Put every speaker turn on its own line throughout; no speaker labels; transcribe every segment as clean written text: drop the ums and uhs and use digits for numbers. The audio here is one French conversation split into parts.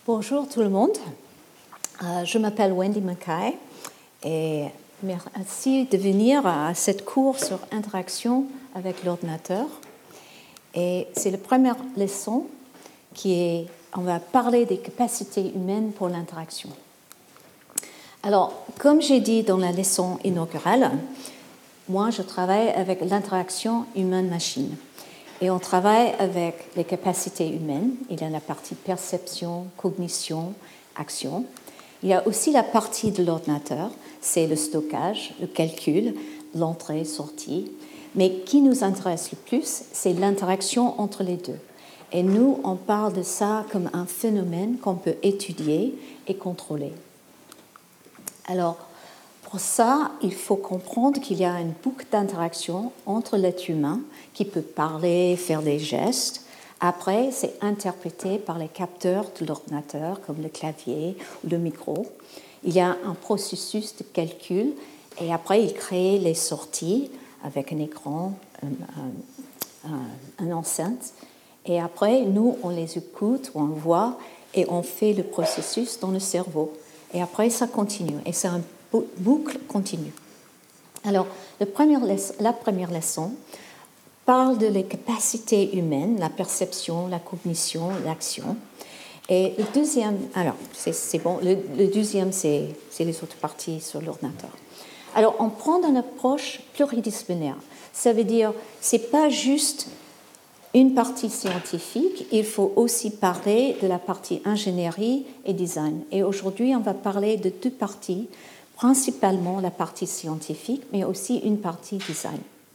Bonjour tout le monde, je m'appelle Wendy Mackay et merci de venir à cette cours sur interaction avec l'ordinateur. Et c'est la première leçon on va parler des capacités humaines pour l'interaction. Alors, comme j'ai dit dans la leçon inaugurale, moi je travaille avec l'interaction humaine-machine. Et on travaille avec les capacités humaines. Il y a la partie perception, cognition, action. Il y a aussi la partie de l'ordinateur, c'est le stockage, le calcul, l'entrée, sortie. Mais qui nous intéresse le plus, c'est l'interaction entre les deux. Et nous, on parle de ça comme un phénomène qu'on peut étudier et contrôler. Alors, pour ça, il faut comprendre qu'il y a une boucle d'interaction entre l'être humain qui peut parler, faire des gestes. Après, c'est interprété par les capteurs de l'ordinateur, comme le clavier ou le micro. Il y a un processus de calcul et après, il crée les sorties avec un écran, un enceinte. Et après, nous, on les écoute, on voit et on fait le processus dans le cerveau. Et après, ça continue. Et c'est un boucle continue. Alors, la première leçon parle de les capacités humaines, la perception, la cognition, l'action. Et le deuxième, alors, c'est bon, le deuxième, c'est les autres parties sur l'ordinateur. Alors, on prend une approche pluridisciplinaire. Ça veut dire, c'est pas juste une partie scientifique, il faut aussi parler de la partie ingénierie et design. Et aujourd'hui, on va parler de deux parties, principalement la partie scientifique, mais aussi une partie design.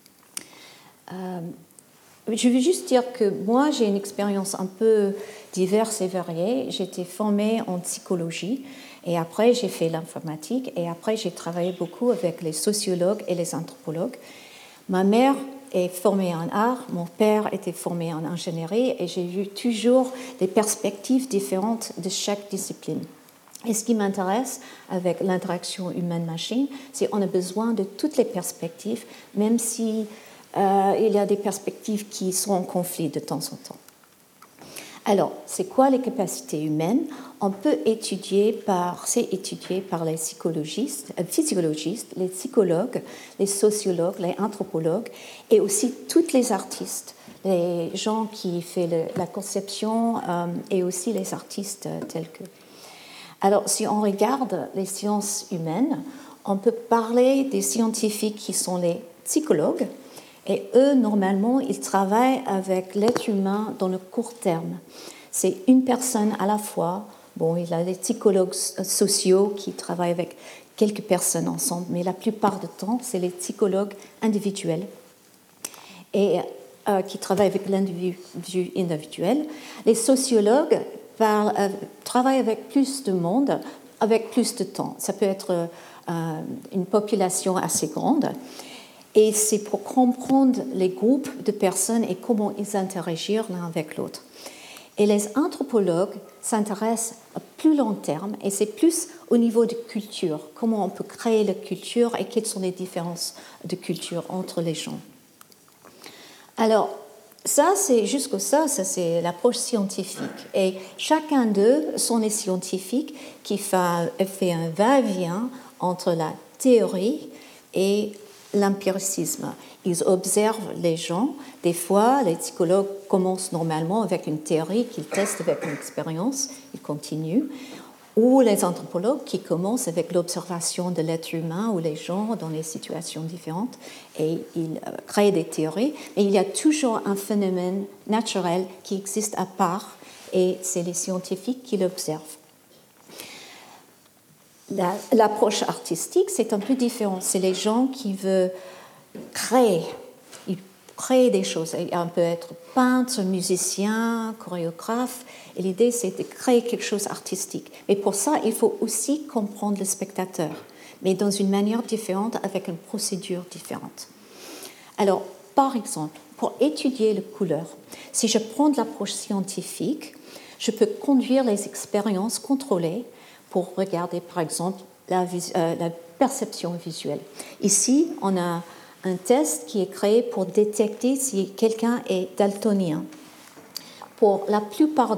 Je veux juste dire que moi, j'ai une expérience un peu diverse et variée. J'ai été formée en psychologie et après, j'ai fait l'informatique et après, j'ai travaillé beaucoup avec les sociologues et les anthropologues. Ma mère est formée en art, mon père était formé en ingénierie et j'ai vu toujours des perspectives différentes de chaque discipline. Et ce qui m'intéresse avec l'interaction humaine-machine, c'est qu'on a besoin de toutes les perspectives, même si il y a des perspectives qui sont en conflit de temps en temps. Alors, c'est quoi les capacités humaines? On peut c'est étudié par les physiologistes, les psychologues, les sociologues, les anthropologues et aussi tous les artistes, les gens qui font la conception et aussi les artistes tels que. Alors, si on regarde les sciences humaines, on peut parler des scientifiques qui sont les psychologues. Et eux, normalement, ils travaillent avec l'être humain dans le court terme. C'est une personne à la fois. Bon, il y a les psychologues sociaux qui travaillent avec quelques personnes ensemble, mais la plupart du temps, c'est les psychologues individuels et qui travaillent avec l'individu individuel. Les sociologues travaillent avec plus de monde, avec plus de temps. Ça peut être une population assez grande. Et c'est pour comprendre les groupes de personnes et comment ils interagissent l'un avec l'autre. Et les anthropologues s'intéressent à plus long terme et c'est plus au niveau de culture, comment on peut créer la culture et quelles sont les différences de culture entre les gens. Alors, ça c'est l'approche scientifique. Et chacun d'eux sont les scientifiques qui fait un va-et-vient entre la théorie et l'empiricisme. Ils observent les gens. Des fois, les psychologues commencent normalement avec une théorie qu'ils testent avec une expérience, ils continuent. Ou les anthropologues qui commencent avec l'observation de l'être humain ou les gens dans des situations différentes et ils créent des théories. Mais il y a toujours un phénomène naturel qui existe à part et c'est les scientifiques qui l'observent. L'approche artistique, c'est un peu différent. C'est les gens qui veulent créer. Ils créent des choses. On peut être peintre, musicien, chorégraphe. Et l'idée, c'est de créer quelque chose d'artistique. Mais pour ça, il faut aussi comprendre le spectateur, mais dans une manière différente, avec une procédure différente. Alors, par exemple, pour étudier la couleur, si je prends de l'approche scientifique, je peux conduire les expériences contrôlées pour regarder, par exemple, la perception visuelle. Ici, on a un test qui est créé pour détecter si quelqu'un est daltonien. Pour la plupart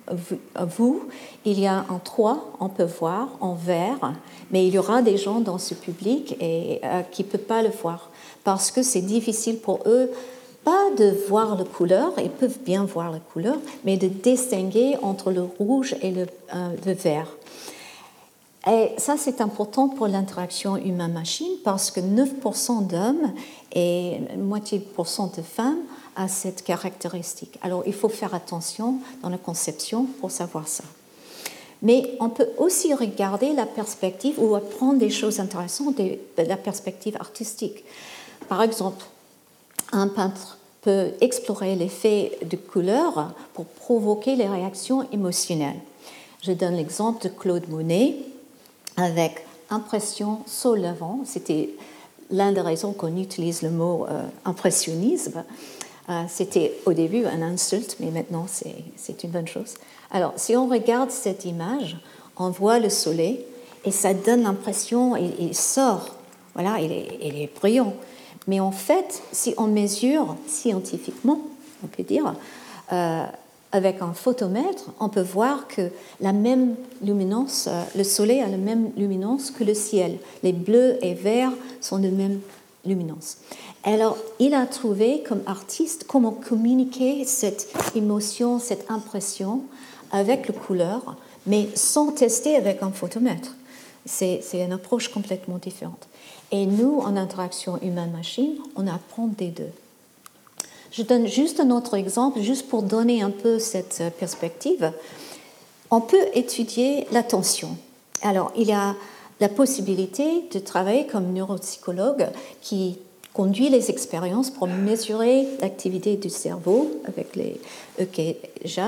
vous, il y a un toit, on peut voir, en vert, mais il y aura des gens dans ce public qui ne peuvent pas le voir parce que c'est difficile pour eux, pas de voir la couleur, ils peuvent bien voir la couleur, mais de distinguer entre le rouge et le vert. Et ça, c'est important pour l'interaction humain-machine parce que 9% d'hommes et moitié de femmes ont cette caractéristique. Alors, il faut faire attention dans la conception pour savoir ça. Mais on peut aussi regarder la perspective ou apprendre des choses intéressantes de la perspective artistique. Par exemple, un peintre peut explorer l'effet de couleur pour provoquer les réactions émotionnelles. Je donne l'exemple de Claude Monet avec impression sur l'avant. C'était l'une des raisons qu'on utilise le mot impressionnisme. C'était au début un insulte, mais maintenant c'est une bonne chose. Alors, si on regarde cette image, on voit le soleil et ça donne l'impression, il sort, voilà, il est brillant. Mais en fait, si on mesure scientifiquement, on peut dire, avec un photomètre, on peut voir que la même luminance, le soleil a la même luminance que le ciel. Les bleus et verts sont de même luminance. Alors, il a trouvé comme artiste comment communiquer cette émotion, cette impression avec la couleur, mais sans tester avec un photomètre. C'est une approche complètement différente. Et nous, en interaction humaine-machine, on apprend des deux. Je donne juste un autre exemple, juste pour donner un peu cette perspective. On peut étudier l'attention. Alors, il y a la possibilité de travailler comme neuropsychologue qui conduit les expériences pour mesurer l'activité du cerveau avec les EKG,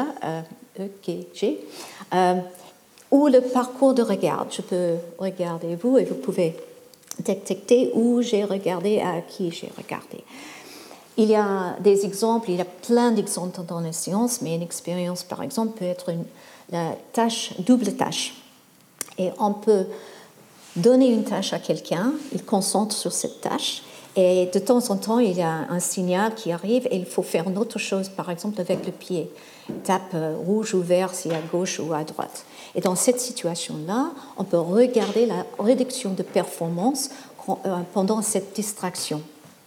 ou le parcours de regard. Je peux regarder vous et vous pouvez détecter où j'ai regardé, à qui j'ai regardé. Il y a des exemples, il y a plein d'exemples dans la science, mais une expérience, par exemple, peut être la double tâche. Et on peut donner une tâche à quelqu'un, il concentre sur cette tâche, et de temps en temps, il y a un signal qui arrive et il faut faire une autre chose, par exemple avec le pied. Tape rouge ou vert si à gauche ou à droite. Et dans cette situation-là, on peut regarder la réduction de performance pendant cette distraction.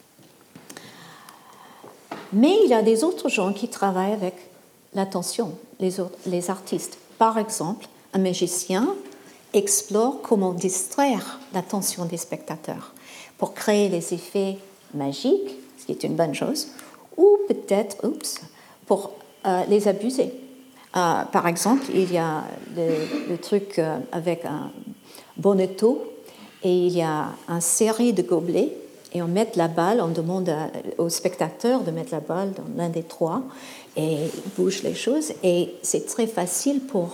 Mais il y a des autres gens qui travaillent avec l'attention, les artistes. Par exemple, un magicien explore comment distraire l'attention des spectateurs pour créer les effets magiques, ce qui est une bonne chose, ou peut-être, pour les abuser. Par exemple, il y a le truc avec un bonneteau et il y a une série de gobelets et on met la balle, on demande au spectateur de mettre la balle dans l'un des trois et il bouge les choses et c'est très facile pour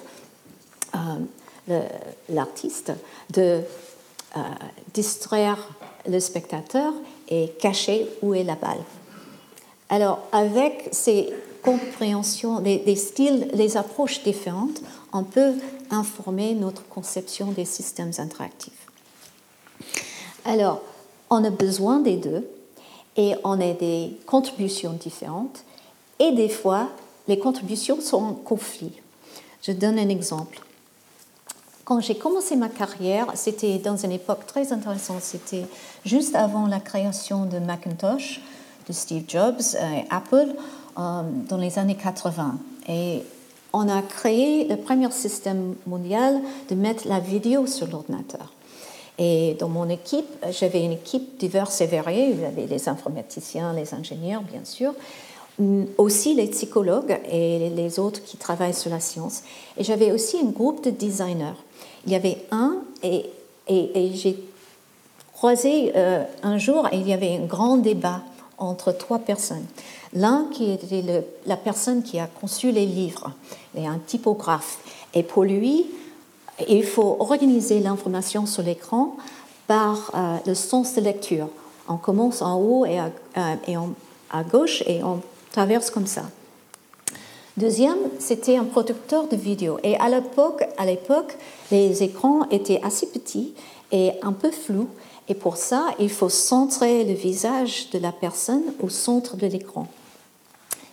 l'artiste de distraire le spectateur et cacher où est la balle. Alors, avec ces compréhensions, des styles, les approches différentes, on peut informer notre conception des systèmes interactifs. Alors, on a besoin des deux et on a des contributions différentes et des fois, les contributions sont en conflit. Je donne un exemple. Quand j'ai commencé ma carrière, c'était dans une époque très intéressante, c'était juste avant la création de Macintosh, de Steve Jobs et Apple, dans les années 80. Et on a créé le premier système mondial de mettre la vidéo sur l'ordinateur. Et dans mon équipe, j'avais une équipe diverse et variée. Il y avait les informaticiens, les ingénieurs, bien sûr, aussi les psychologues et les autres qui travaillent sur la science. Et j'avais aussi un groupe de designers. Il y avait et j'ai croisé un jour, et il y avait un grand débat entre trois personnes. L'un qui était la personne qui a conçu les livres, et un typographe. Et pour lui, il faut organiser l'information sur l'écran par le sens de lecture. On commence en haut et à gauche et on traverse comme ça. Deuxième, c'était un producteur de vidéos. Et à l'époque, les écrans étaient assez petits et un peu flous. Et pour ça, il faut centrer le visage de la personne au centre de l'écran.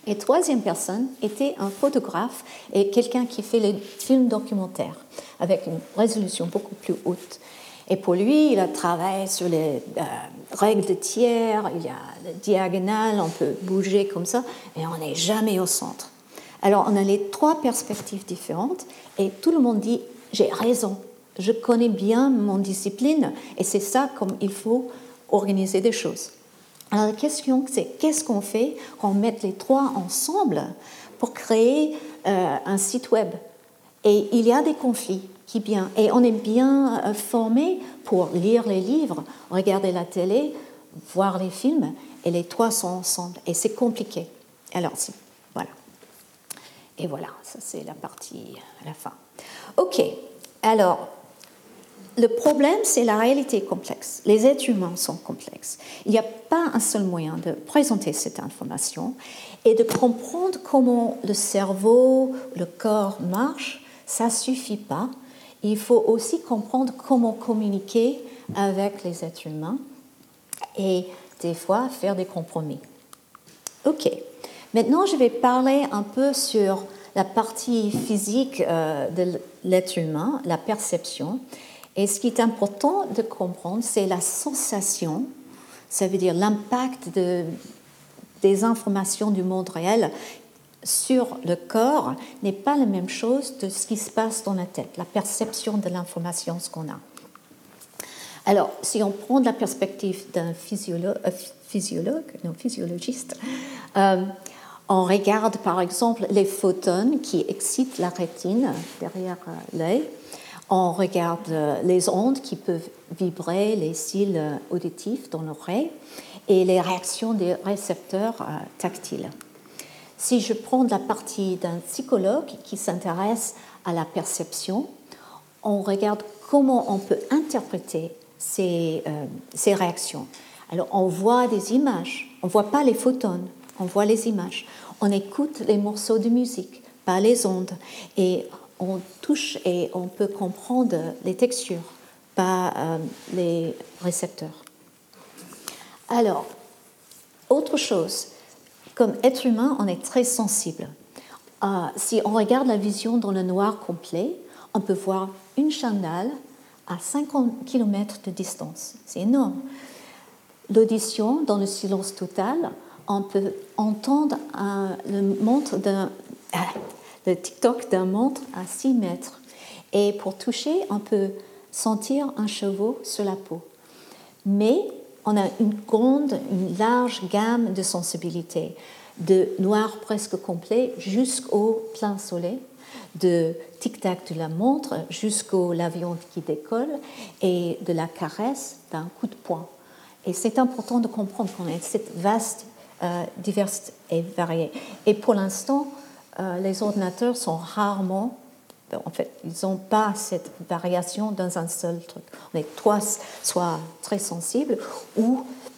Et troisième personne était un photographe et quelqu'un qui fait les films documentaires avec une résolution beaucoup plus haute. Et pour lui, il a travaillé sur les règles de tiers, il y a la diagonale, on peut bouger comme ça, mais on n'est jamais au centre. Alors on a les trois perspectives différentes et tout le monde dit « j'ai raison, je connais bien mon discipline et c'est ça comme il faut organiser des choses ». Alors la question c'est qu'est-ce qu'on fait quand on met les trois ensemble pour créer un site web. Et il y a des conflits et on est bien formé pour lire les livres, regarder la télé, voir les films et les trois sont ensemble et c'est compliqué. Alors voilà. Et voilà, ça c'est la partie à la fin. Ok, alors le problème, c'est la réalité complexe. Les êtres humains sont complexes. Il n'y a pas un seul moyen de présenter cette information et de comprendre comment le cerveau, le corps marche, ça ne suffit pas. Il faut aussi comprendre comment communiquer avec les êtres humains et des fois faire des compromis. Ok, maintenant je vais parler un peu sur la partie physique de l'être humain, la perception. Et ce qui est important de comprendre, c'est la sensation, ça veut dire l'impact des informations du monde réel sur le corps n'est pas la même chose de ce qui se passe dans la tête, la perception de l'information, ce qu'on a. Alors, si on prend la perspective d'un physiologiste, on regarde par exemple les photones qui excitent la rétine derrière l'œil. On regarde les ondes qui peuvent vibrer, les cils auditifs dans l'oreille et les réactions des récepteurs tactiles. Si je prends la partie d'un psychologue qui s'intéresse à la perception, on regarde comment on peut interpréter ces réactions. Alors on voit des images, on ne voit pas les photones, on voit les images. On écoute les morceaux de musique, pas les ondes. Et on touche et on peut comprendre les textures, pas les récepteurs. Alors, autre chose, comme être humain, on est très sensible. Si on regarde la vision dans le noir complet, on peut voir une chandelle à 50 km de distance. C'est énorme. L'audition, dans le silence total, on peut entendre le tic-toc d'un montre à 6 mètres. Et pour toucher, on peut sentir un cheveu sur la peau. Mais on a une large gamme de sensibilité, de noir presque complet jusqu'au plein soleil, de tic-tac de la montre jusqu'au l'avion qui décolle et de la caresse d'un coup de poing. Et c'est important de comprendre qu'on a cette vaste diverses et variées. Et pour l'instant, les ordinateurs sont rarement, en fait, ils n'ont pas cette variation dans un seul truc. On est soit très sensibles ou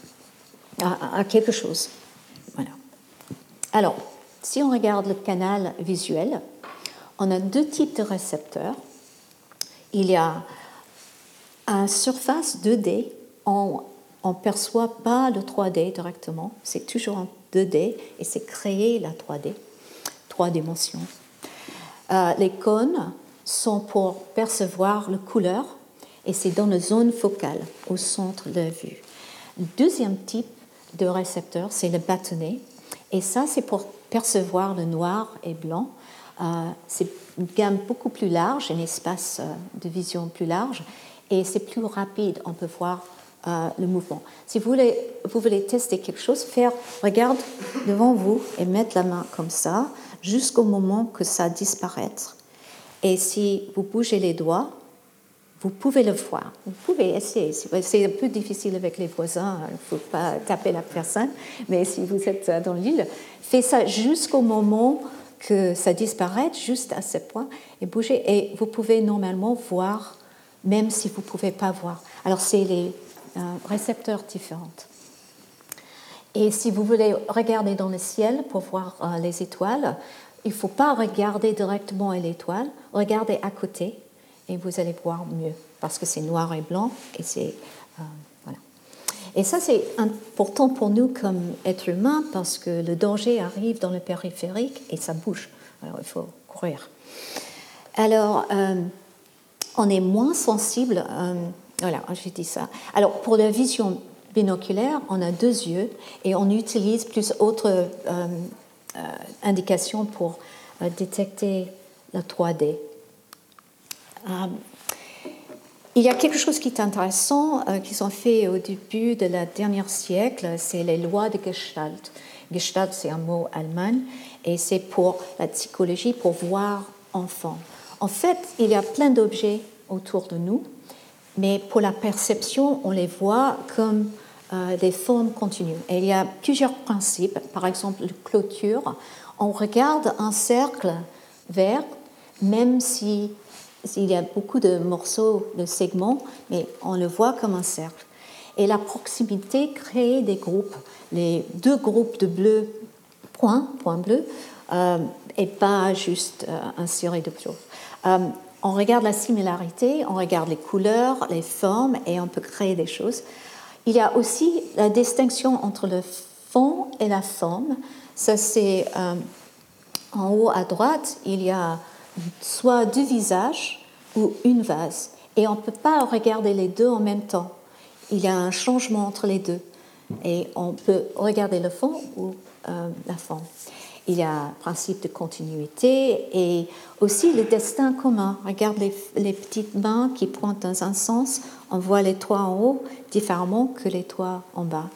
à quelque chose. Voilà. Alors, si on regarde le canal visuel, on a deux types de récepteurs. Il y a une surface 2D, on ne perçoit pas le 3D directement, c'est toujours en 2D et c'est créer la 3D, 3 dimensions. Les cônes sont pour percevoir la couleur et c'est dans la zone focale, au centre de la vue. Le deuxième type de récepteur, c'est le bâtonnet et ça c'est pour percevoir le noir et blanc. C'est une gamme beaucoup plus large, un espace de vision plus large et c'est plus rapide, on peut voir le mouvement. Si vous voulez tester quelque chose, regarde devant vous et mettre la main comme ça jusqu'au moment que ça disparaître. Et si vous bougez les doigts, vous pouvez le voir. Vous pouvez essayer. C'est un peu difficile avec les voisins, il ne faut pas taper la personne, mais si vous êtes dans l'île, faites ça jusqu'au moment que ça disparaisse, juste à ce point, et bougez. Et vous pouvez normalement voir, même si vous ne pouvez pas voir. Alors, c'est les récepteurs différents. Et si vous voulez regarder dans le ciel pour voir les étoiles, il ne faut pas regarder directement à l'étoile, regardez à côté et vous allez voir mieux parce que c'est noir et blanc et c'est voilà. Et ça, c'est important pour nous comme êtres humains parce que le danger arrive dans le périphérique et ça bouge. Alors, il faut courir. Alors, on est moins sensible. Voilà, j'ai dit ça. Alors, pour la vision binoculaire, on a 2 yeux et on utilise plus autres indications pour détecter la 3D. Il y a quelque chose qui est intéressant qu'ils ont fait au début de la dernière siècle, c'est les lois de Gestalt. Gestalt, c'est un mot allemand et c'est pour la psychologie, pour voir enfant. En fait, il y a plein d'objets autour de nous, mais pour la perception, on les voit comme des formes continues. Et il y a plusieurs principes, par exemple, la clôture. On regarde un cercle vert, même s'il y a beaucoup de morceaux, de segments, mais on le voit comme un cercle. Et la proximité crée des groupes, les 2 groupes de bleus, points bleus, et pas juste une série de choses. On regarde la similarité, on regarde les couleurs, les formes, et on peut créer des choses. Il y a aussi la distinction entre le fond et la forme. Ça, c'est en haut à droite, il y a soit 2 visages ou une vase. Et on ne peut pas regarder les 2 en même temps. Il y a un changement entre les 2. Et on peut regarder le fond ou la forme. Il y a un principe de continuité et aussi le destin commun. Regarde les petites mains qui pointent dans un sens. On voit les toits en haut différemment que les toits en bas.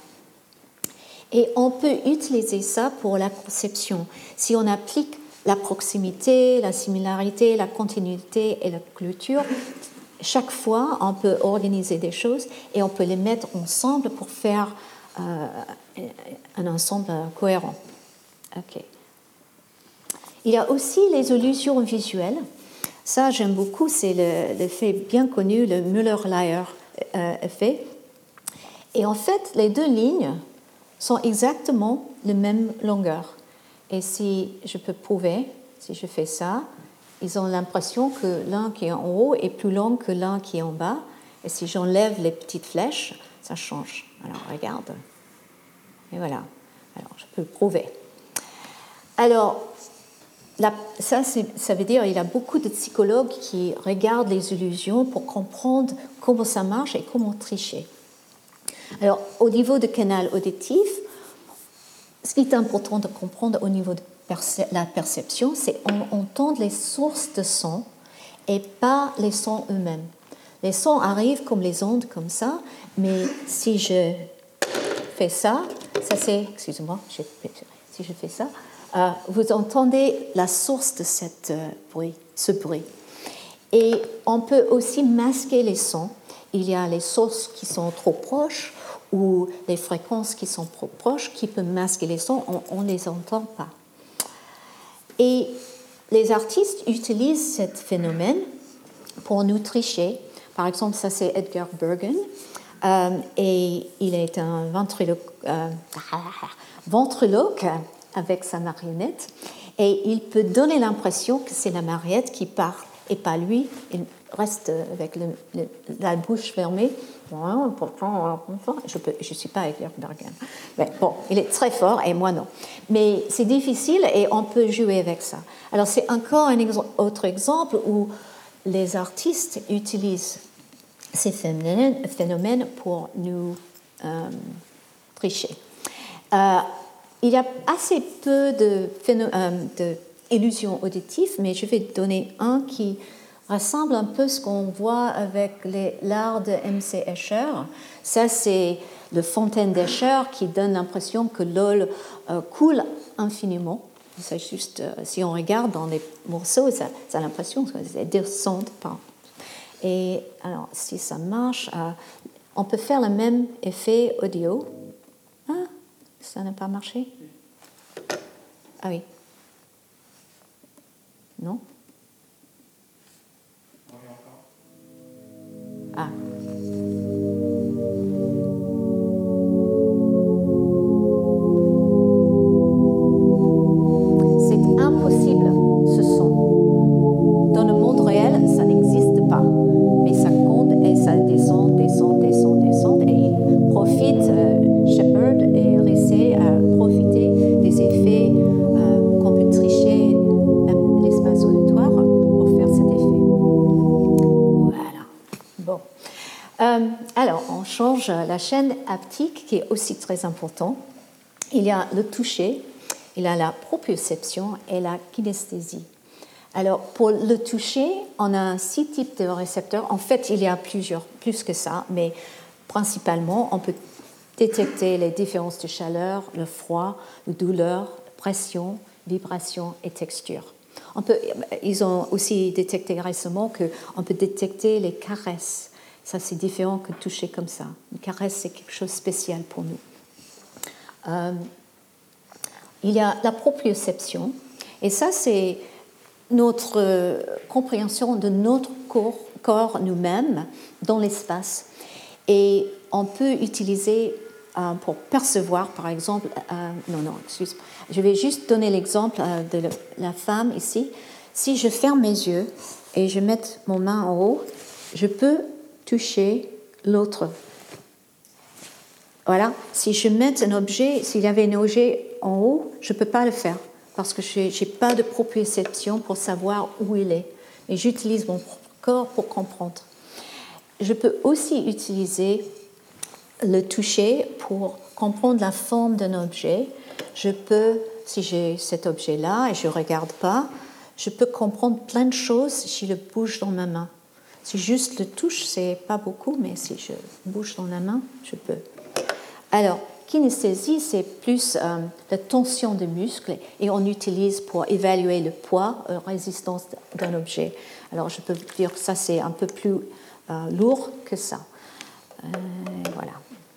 Et on peut utiliser ça pour la conception. Si on applique la proximité, la similarité, la continuité et la clôture, chaque fois, on peut organiser des choses et on peut les mettre ensemble pour faire un ensemble cohérent. Okay. Il y a aussi les illusions visuelles. Ça, j'aime beaucoup, c'est l'effet bien connu, le Müller-Lyer effet. Et en fait, les 2 lignes sont exactement la même longueur. Et si je peux prouver, si je fais ça, ils ont l'impression que l'un qui est en haut est plus long que l'un qui est en bas. Et si j'enlève les petites flèches, ça change. Alors, regarde. Et voilà. Alors, je peux le prouver. Alors, ça veut dire qu'il y a beaucoup de psychologues qui regardent les illusions pour comprendre comment ça marche et comment tricher. Alors, au niveau du canal auditif, ce qui est important de comprendre au niveau de la perception, c'est qu'on entend les sources de son et pas les sons eux-mêmes. Les sons arrivent comme les ondes, comme ça, mais si je fais ça, c'est... Excusez-moi, si je fais ça, vous entendez la source de ce bruit. Et on peut aussi masquer les sons. Il y a les sources qui sont trop proches ou les fréquences qui sont trop proches qui peuvent masquer les sons, on ne les entend pas. Et les artistes utilisent ce phénomène pour nous tricher. Par exemple, ça c'est Edgar Bergen, et il est un ventriloque avec sa marionnette, et il peut donner l'impression que c'est la marionnette qui parle et pas lui. Il reste avec la bouche fermée. Je ne suis pas Edgar Bergen. Mais bon, il est très fort et moi non. Mais c'est difficile et on peut jouer avec ça. Alors c'est encore un autre exemple où les artistes utilisent ces phénomènes pour nous tricher. Il y a assez peu d'illusions auditives, mais je vais donner un qui ressemble un peu à ce qu'on voit avec l'art de M.C. Escher. Ça, c'est le fontaine d'Escher qui donne l'impression que l'eau coule infiniment. C'est juste, si on regarde dans les morceaux, ça a l'impression que ça descend pas. Et alors, si ça marche, on peut faire le même effet audio. Ah, ça n'a pas marché? Ah oui. Non? Ah. C'est impossible, ce son. Dans le monde réel, ça n'existe pas. Mais ça compte et ça descend, et il profite Alors, on change la chaîne haptique qui est aussi très important. Il y a le toucher, il y a la proprioception et la kinesthésie. Alors, pour le toucher, on a 6 types de récepteurs. En fait, il y a plus que ça, mais principalement, on peut détecter les différences de chaleur, le froid, la douleur, pression, vibration et texture. Ils ont aussi détecté récemment qu'on peut détecter les caresses. Ça, c'est différent que toucher comme ça. Une caresse, c'est quelque chose de spécial pour nous. Il y a la proprioception, et ça, c'est notre compréhension de notre corps nous-mêmes dans l'espace. Et on peut utiliser pour percevoir, par exemple, je vais juste donner l'exemple de la femme ici. Si je ferme mes yeux et je mets mon main en haut, je peux toucher l'autre. Voilà. Si je mets un objet, s'il y avait un objet en haut, je ne peux pas le faire parce que je n'ai pas de proprioception pour savoir où il est. Et j'utilise mon corps pour comprendre. Je peux aussi utiliser le toucher pour comprendre la forme d'un objet. Je peux, si j'ai cet objet-là et je ne regarde pas, je peux comprendre plein de choses si je le bouge dans ma main. Si juste le touche, c'est pas beaucoup, mais si je bouge dans la main, je peux. Alors, kinesthésie, c'est plus la tension des muscles et on utilise pour évaluer le poids, la résistance d'un objet. Alors, je peux vous dire que ça, c'est un peu plus lourd que ça. Voilà.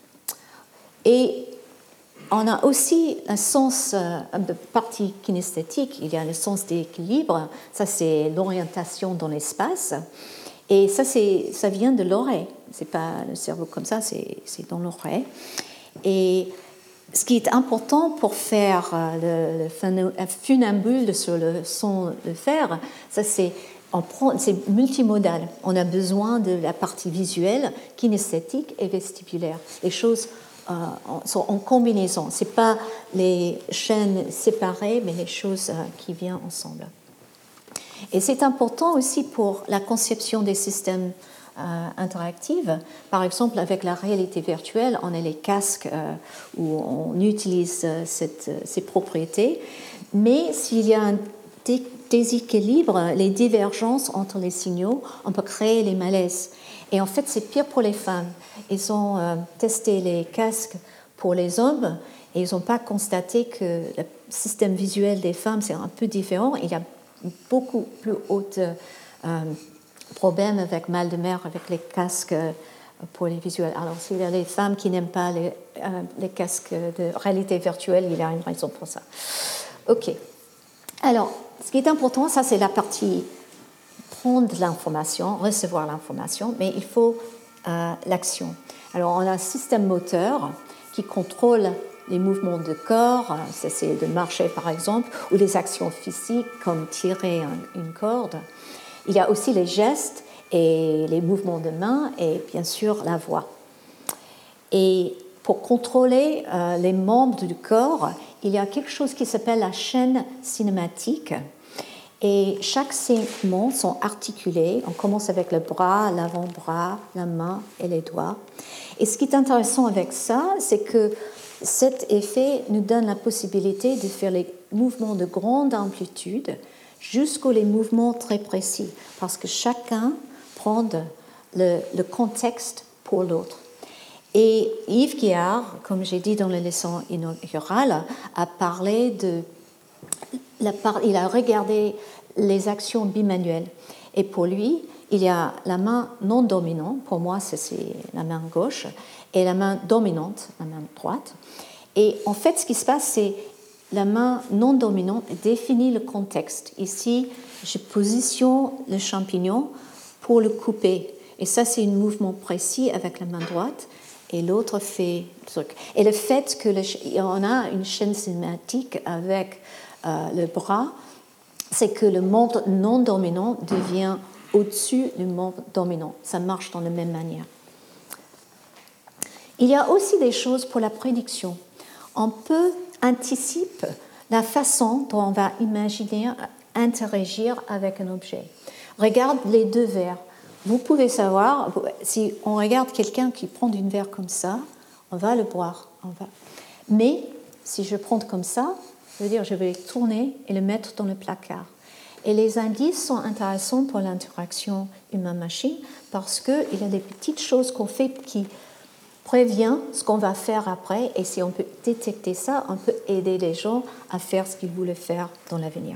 Et on a aussi un sens de partie kinesthétique, il y a le sens d'équilibre, ça c'est l'orientation dans l'espace, et ça vient de l'oreille, c'est pas le cerveau comme ça, c'est dans l'oreille. Et ce qui est important pour faire le funambule sur le son de fer, ça c'est multimodal. On a besoin de la partie visuelle, kinesthétique et vestibulaire. Les choses sont en combinaison. Ce n'est pas les chaînes séparées, mais les choses qui viennent ensemble. Et c'est important aussi pour la conception des systèmes interactifs. Par exemple, avec la réalité virtuelle, on a les casques où on utilise ces propriétés. Mais s'il y a un déséquilibre, les divergences entre les signaux, on peut créer les malaises. Et en fait, c'est pire pour les femmes. Ils ont testé les casques pour les hommes et ils n'ont pas constaté que le système visuel des femmes, c'est un peu différent. Il y a beaucoup plus haut problèmes avec mal de mer avec les casques pour les visuels. Alors, s'il y a des femmes qui n'aiment pas les casques de réalité virtuelle, il y a une raison pour ça. OK. Alors, ce qui est important, ça, c'est la partie prendre l'information, recevoir l'information, mais il faut l'action. Alors, on a un système moteur qui contrôle les mouvements de corps, ça c'est de marcher par exemple, ou les actions physiques comme tirer une corde. Il y a aussi les gestes et les mouvements de main et bien sûr la voix. Et pour contrôler les membres du corps, il y a quelque chose qui s'appelle la chaîne cinématique. Et chaque segment sont articulés. On commence avec le bras, l'avant-bras, la main et les doigts. Et ce qui est intéressant avec ça, c'est que cet effet nous donne la possibilité de faire les mouvements de grande amplitude jusqu'aux les mouvements très précis, parce que chacun prend le contexte pour l'autre. Et Yves Guillard, comme j'ai dit dans la leçon inaugurale, a parlé il a regardé les actions bimanuelles. Et pour lui, il y a la main non dominante, pour moi c'est la main gauche, et la main dominante, la main droite. Et en fait, ce qui se passe, c'est la main non dominante définit le contexte. Ici, je positionne le champignon pour le couper. Et ça, c'est un mouvement précis avec la main droite. Et l'autre fait le truc. Et le fait qu'on a une chaîne cinématique avec le bras, c'est que le membre non dominant devient au-dessus du membre dominant. Ça marche dans la même manière. Il y a aussi des choses pour la prédiction. On peut anticiper la façon dont on va imaginer interagir avec un objet. Regarde les deux verres. vous pouvez savoir, si on regarde quelqu'un qui prend une verre comme ça, on va le boire. Mais si je prends comme ça, je veux dire, je vais le tourner et le mettre dans le placard. Et les indices sont intéressants pour l'interaction humain-machine parce qu'il y a des petites choses qu'on fait qui préviennent ce qu'on va faire après. Et si on peut détecter ça, on peut aider les gens à faire ce qu'ils voulaient faire dans l'avenir.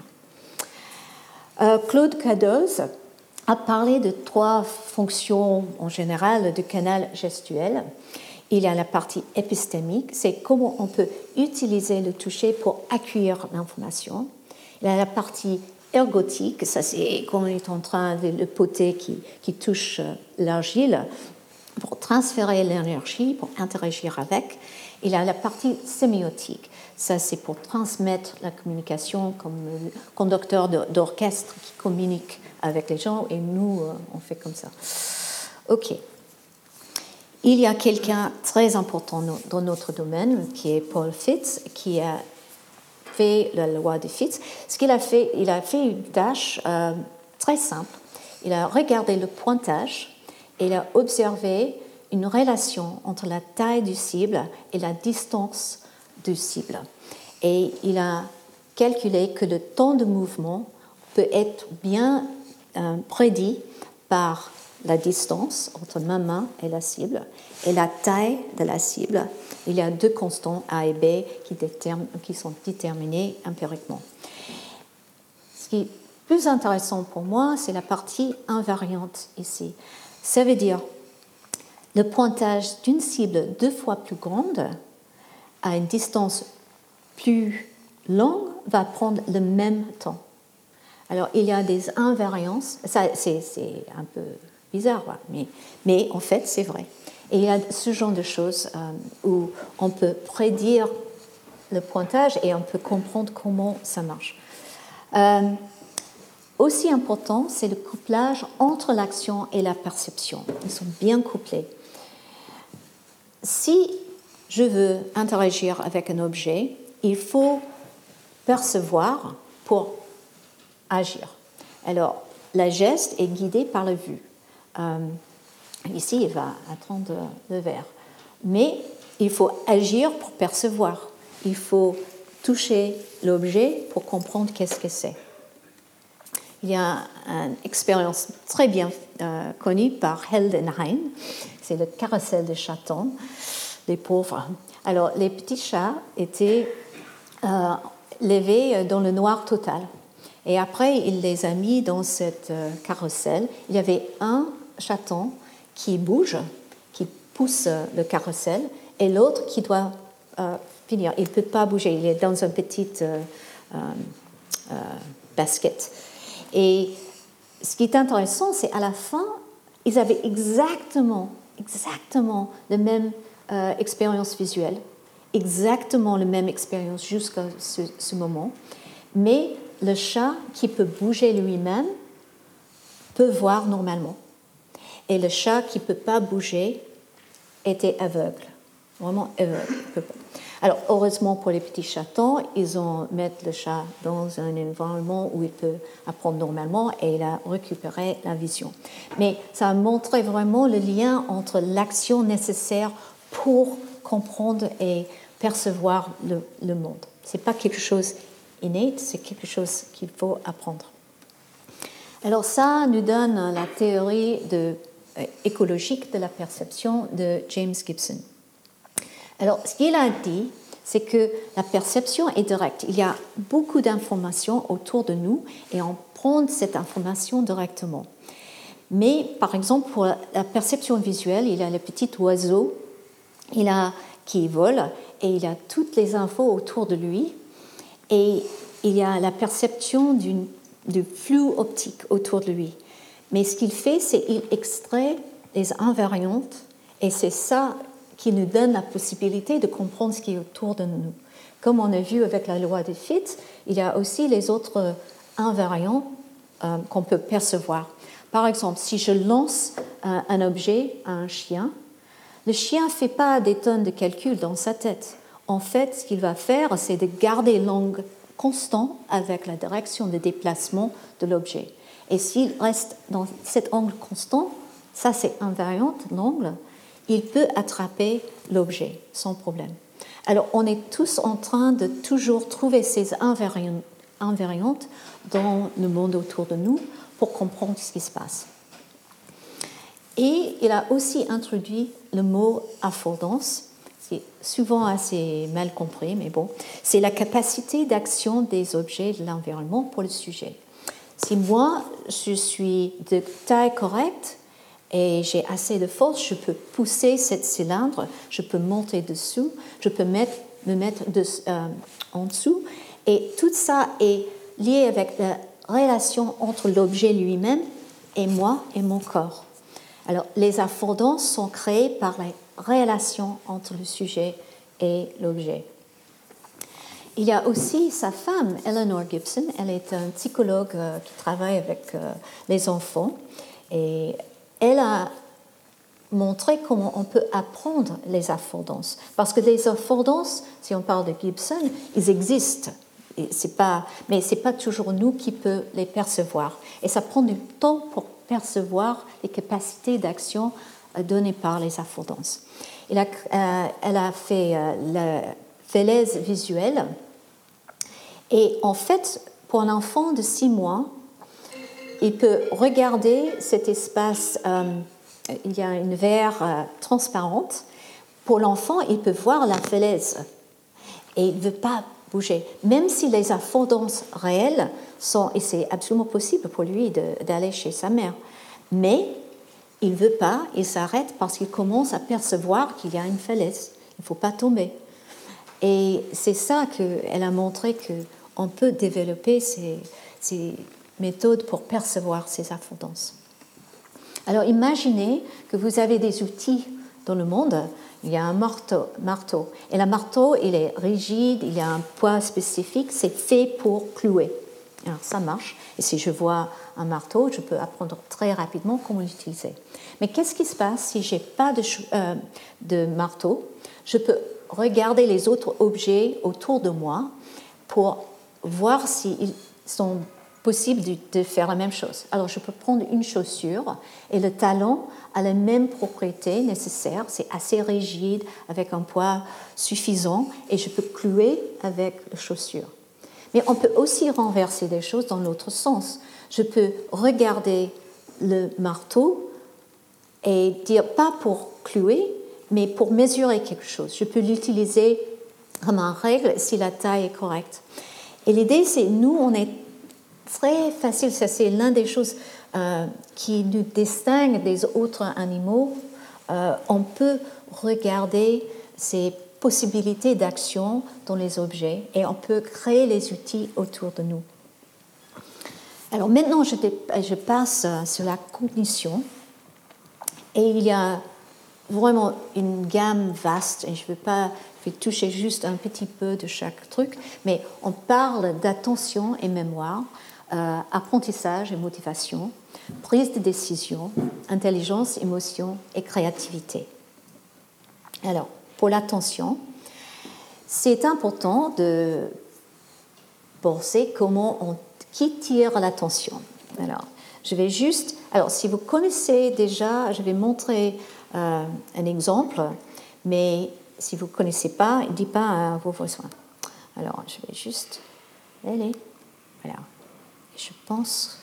Claude Cadoz a parlé de 3 fonctions en général du canal gestuel. Il y a la partie épistémique, c'est comment on peut utiliser le toucher pour accueillir l'information. Il y a la partie ergotique, ça c'est quand on est en train de le poté qui touche l'argile, pour transférer l'énergie, pour interagir avec. Il y a la partie sémiotique, ça c'est pour transmettre la communication comme le conducteur d'orchestre qui communique avec les gens et nous on fait comme ça. Ok. Il y a quelqu'un très important dans notre domaine qui est Paul Fitts, qui a fait la loi de Fitts. Ce qu'il a fait, il a fait une tâche très simple. Il a regardé le pointage et il a observé une relation entre la taille du cible et la distance du cible. Et il a calculé que le temps de mouvement peut être bien prédit par la distance entre ma main et la cible et la taille de la cible. Il y a 2 constants A et B qui sont déterminés empiriquement. Ce qui est plus intéressant pour moi, c'est la partie invariante ici. Ça veut dire le pointage d'une cible 2 fois plus grande à une distance plus longue va prendre le même temps. Alors, il y a des invariances, ça, c'est un peu bizarre, mais en fait, c'est vrai. Et il y a ce genre de choses où on peut prédire le pointage et on peut comprendre comment ça marche. Aussi important, c'est le couplage entre l'action et la perception. Ils sont bien couplés. Si je veux interagir avec un objet, il faut percevoir pour agir. Alors, la geste est guidée par la vue. Ici, il va attendre le verre. Mais il faut agir pour percevoir. Il faut toucher l'objet pour comprendre qu'est-ce que c'est. Il y a une expérience très bien connue par Heldenheim. C'est le carrousel des chatons, les pauvres. Alors, les petits chats étaient levés dans le noir total. Et après, il les a mis dans cette carrousel. Il y avait un chaton qui bouge, qui pousse le carrousel, et l'autre qui doit finir. Il ne peut pas bouger, il est dans une petite basket. Et ce qui est intéressant, c'est à la fin, ils avaient exactement la même expérience visuelle, exactement la même expérience jusqu'à ce moment, mais le chat qui peut bouger lui-même peut voir normalement. Et le chat qui ne peut pas bouger était aveugle, vraiment aveugle. Alors, heureusement pour les petits chatons, ils ont mis le chat dans un environnement où il peut apprendre normalement et il a récupéré la vision. Mais ça a montré vraiment le lien entre l'action nécessaire pour comprendre et percevoir le monde. Ce n'est pas quelque chose innate, c'est quelque chose qu'il faut apprendre. Alors ça nous donne la théorie écologique de la perception de James Gibson. Alors ce qu'il a dit, c'est que la perception est directe. Il y a beaucoup d'informations autour de nous et on prend cette information directement. Mais par exemple, pour la perception visuelle, il y a le petit oiseau qui vole et il a toutes les infos autour de lui. Et il y a la perception du flux optique autour de lui. Mais ce qu'il fait, c'est qu'il extrait les invariantes et c'est ça qui nous donne la possibilité de comprendre ce qui est autour de nous. Comme on a vu avec la loi de Fitts, il y a aussi les autres invariants qu'on peut percevoir. Par exemple, si je lance un objet à un chien, le chien ne fait pas des tonnes de calculs dans sa tête. En fait, ce qu'il va faire, c'est de garder l'angle constant avec la direction de déplacement de l'objet. Et s'il reste dans cet angle constant, ça c'est invariante, l'angle, il peut attraper l'objet sans problème. Alors on est tous en train de toujours trouver ces invariantes dans le monde autour de nous pour comprendre ce qui se passe. Et il a aussi introduit le mot affordance. C'est souvent assez mal compris, mais bon, c'est la capacité d'action des objets de l'environnement pour le sujet. Si moi, je suis de taille correcte et j'ai assez de force, je peux pousser cette cylindre, je peux monter dessous, je peux me mettre en dessous, et tout ça est lié avec la relation entre l'objet lui-même et moi et mon corps. Alors, les affordances sont créées par la relation entre le sujet et l'objet. Il y a aussi sa femme, Eleanor Gibson. Elle est une psychologue qui travaille avec les enfants. Et elle a montré comment on peut apprendre les affordances. Parce que les affordances, si on parle de Gibson, ils existent. Mais ce n'est pas toujours nous qui pouvons les percevoir. Et ça prend du temps pour percevoir les capacités d'action données par les affordances. Elle a fait la falaise visuelle. Et en fait, pour un enfant de 6 mois, il peut regarder cet espace, il y a une verre transparente. Pour l'enfant, il peut voir la falaise et il ne veut pas bouger. Même si les affordances réelles sont, et c'est absolument possible pour lui d'aller chez sa mère, mais il ne veut pas, il s'arrête parce qu'il commence à percevoir qu'il y a une falaise. Il ne faut pas tomber. Et c'est ça qu'elle a montré qu'on peut développer ces méthodes pour percevoir ces affordances. Alors imaginez que vous avez des outils dans le monde. Il y a un marteau. Et le marteau, il est rigide, il a un poids spécifique, c'est fait pour clouer. Alors ça marche. Et si je vois un marteau, je peux apprendre très rapidement comment l'utiliser. Mais qu'est-ce qui se passe si je n'ai pas de marteau? Je peux regarder les autres objets autour de moi pour voir s'ils sont possibles de faire la même chose. Alors je peux prendre une chaussure et le talon a les mêmes propriétés nécessaires, c'est assez rigide avec un poids suffisant et je peux clouer avec la chaussure. Mais on peut aussi renverser des choses dans l'autre sens. Je peux regarder le marteau et dire pas pour clouer, mais pour mesurer quelque chose. Je peux l'utiliser comme une règle si la taille est correcte. Et l'idée, c'est nous, on est très facile, ça c'est l'une des choses qui nous distingue des autres animaux. On peut regarder ces possibilités d'action dans les objets et on peut créer les outils autour de nous. Alors maintenant, je passe sur la cognition et il y a vraiment une gamme vaste et je vais toucher juste un petit peu de chaque truc, mais on parle d'attention et mémoire, apprentissage et motivation, prise de décision, intelligence, émotion et créativité. Alors, pour l'attention, c'est important de penser qui tire l'attention. Alors, si vous connaissez déjà, je vais montrer un exemple, mais si vous ne connaissez pas, ne dites pas vos besoins. Alors, je vais juste aller. Voilà. Je pense.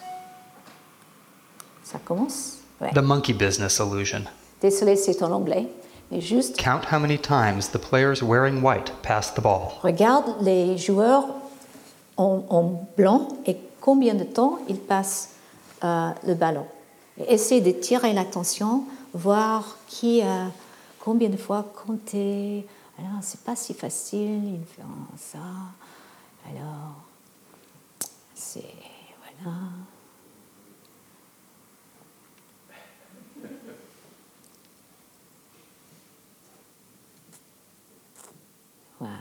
Ça commence. Ouais.
The monkey business illusion.
Désolé, c'est en anglais. Mais juste.
Count how many times the players wearing white pass the ball.
Regarde les joueurs en blanc et combien de temps ils passent le ballon. Et essayer de tirer l'attention, voir combien de fois compter. Alors, c'est pas si facile, il fait ça. Alors, c'est. Voilà. Voilà.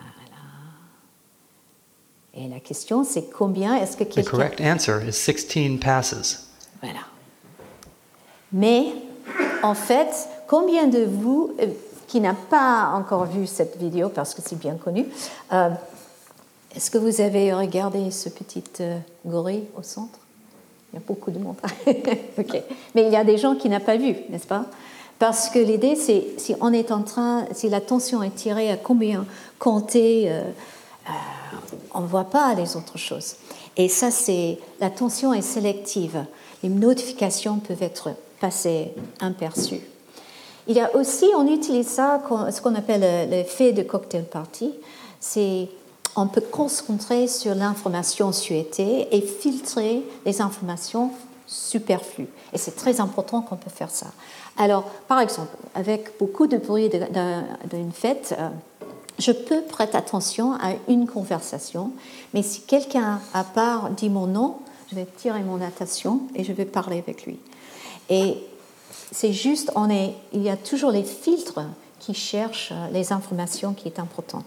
Et la question, c'est combien est-ce que quelqu'un...
The correct answer is 16 passes.
Voilà. Mais, en fait, combien de vous, qui n'a pas encore vu cette vidéo, parce que c'est bien connu, est-ce que vous avez regardé ce petit gorille au centre? Il y a beaucoup de monde. Okay. Mais il y a des gens qui n'ont pas vu, n'est-ce pas? Parce que l'idée, c'est si on est en train, si l'attention est tirée à combien compter, on ne voit pas les autres choses. Et ça, l'attention est sélective. Les notifications peuvent être passées aperçues. Il y a aussi, on utilise ça, ce qu'on appelle l'effet de cocktail party. On peut concentrer sur l'information souhaitée et filtrer les informations superflues. Et c'est très important qu'on peut faire ça. Alors, par exemple, avec beaucoup de bruit d'une fête, je peux prêter attention à une conversation, mais si quelqu'un à part dit mon nom, je vais tirer mon attention et je vais parler avec lui. Et c'est juste, il y a toujours les filtres qui cherchent les informations qui sont importantes.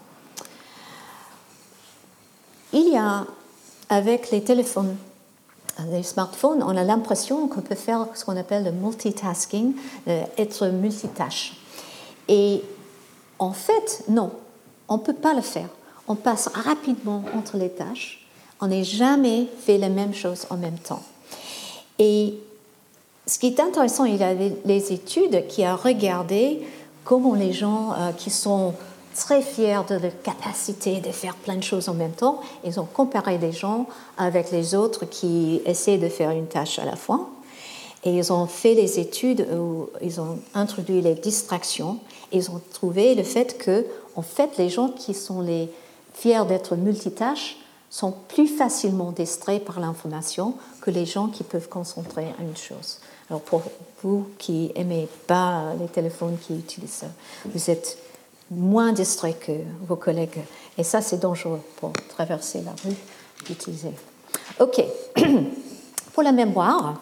Il y a, avec les téléphones, les smartphones, on a l'impression qu'on peut faire ce qu'on appelle le multitasking, être multitâche. Et en fait, non, on ne peut pas le faire. On passe rapidement entre les tâches. On n'a jamais fait les mêmes choses en même temps. Et ce qui est intéressant, il y a les études qui ont regardé comment les gens qui sont très fiers de leur capacité de faire plein de choses en même temps, ils ont comparé les gens avec les autres qui essaient de faire une tâche à la fois. Et ils ont fait des études où ils ont introduit les distractions. Et ils ont trouvé le fait que, en fait, les gens qui sont les fiers d'être multitâches sont plus facilement distraits par l'information que les gens qui peuvent concentrer à une chose. Alors pour vous qui n'aimez pas les téléphones qui utilisent ça, vous êtes moins distraits que vos collègues. Et ça, c'est dangereux pour traverser la rue d'utiliser. OK. Pour la mémoire,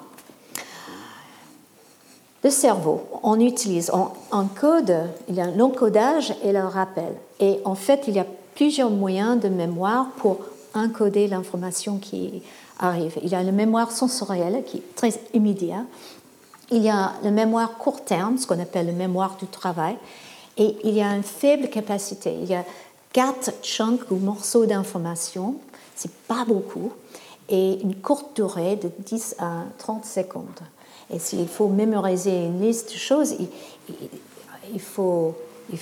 le cerveau, on utilise, en code, il y a l'encodage et le rappel. Et en fait, il y a plusieurs moyens de mémoire pour encoder l'information qui arrive. Il y a la mémoire sensorielle qui est très immédiate. Il y a la mémoire court terme, ce qu'on appelle la mémoire du travail. Et il y a une faible capacité. Il y a 4 chunks ou morceaux d'information, c'est pas beaucoup, et une courte durée de 10 à 30 secondes. Et s'il faut mémoriser une liste de choses, il faut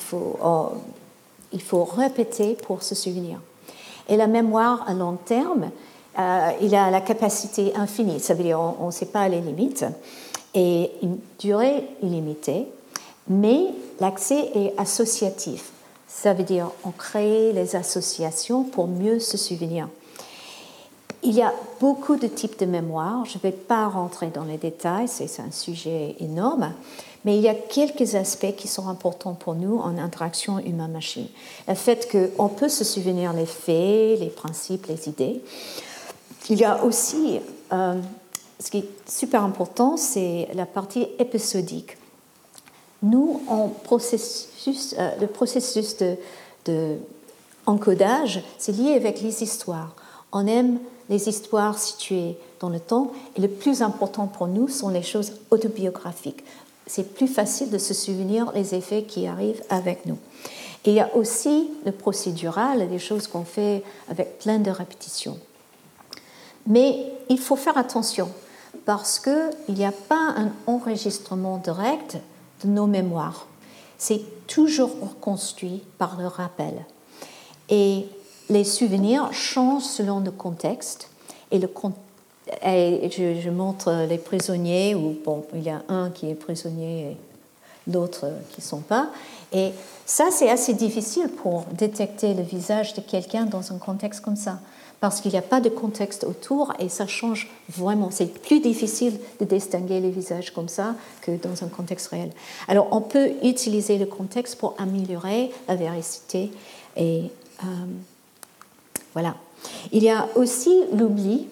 répéter pour se souvenir. Et la mémoire à long terme, il a la capacité infinie, ça veut dire on ne sait pas les limites, et une durée illimitée, mais l'accès est associatif. Ça veut dire on crée les associations pour mieux se souvenir. Il y a beaucoup de types de mémoire. Je ne vais pas rentrer dans les détails, c'est un sujet énorme, mais il y a quelques aspects qui sont importants pour nous en interaction humain-machine. Le fait qu'on peut se souvenir les faits, les principes, les idées. Il y a aussi, ce qui est super important, c'est la partie épisodique. Nous, le processus de encodage, c'est lié avec les histoires. On aime les histoires situées dans le temps, et le plus important pour nous sont les choses autobiographiques. C'est plus facile de se souvenir les effets qui arrivent avec nous. Et il y a aussi le procédural, des choses qu'on fait avec plein de répétitions. Mais il faut faire attention, parce qu'il n'y a pas un enregistrement direct de nos mémoires. C'est toujours reconstruit par le rappel. Et les souvenirs changent selon le contexte. Et je montre les prisonniers, où bon, il y a un qui est prisonnier et d'autres qui ne sont pas. Et ça, c'est assez difficile pour détecter le visage de quelqu'un dans un contexte comme ça, parce qu'il n'y a pas de contexte autour et ça change vraiment. C'est plus difficile de distinguer les visages comme ça que dans un contexte réel. Alors, on peut utiliser le contexte pour améliorer la véracité et voilà. Il y a aussi l'oubli.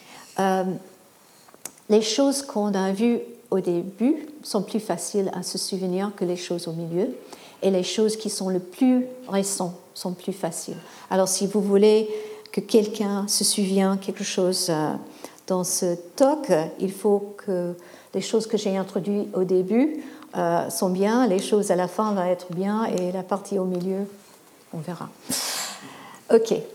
Les choses qu'on a vues au début sont plus faciles à se souvenir que les choses au milieu, et les choses qui sont le plus récentes sont plus faciles. Alors, si vous voulez que quelqu'un se souvienne quelque chose dans ce talk, il faut que les choses que j'ai introduites au début sont bien, les choses à la fin vont être bien, et la partie au milieu, on verra. OK.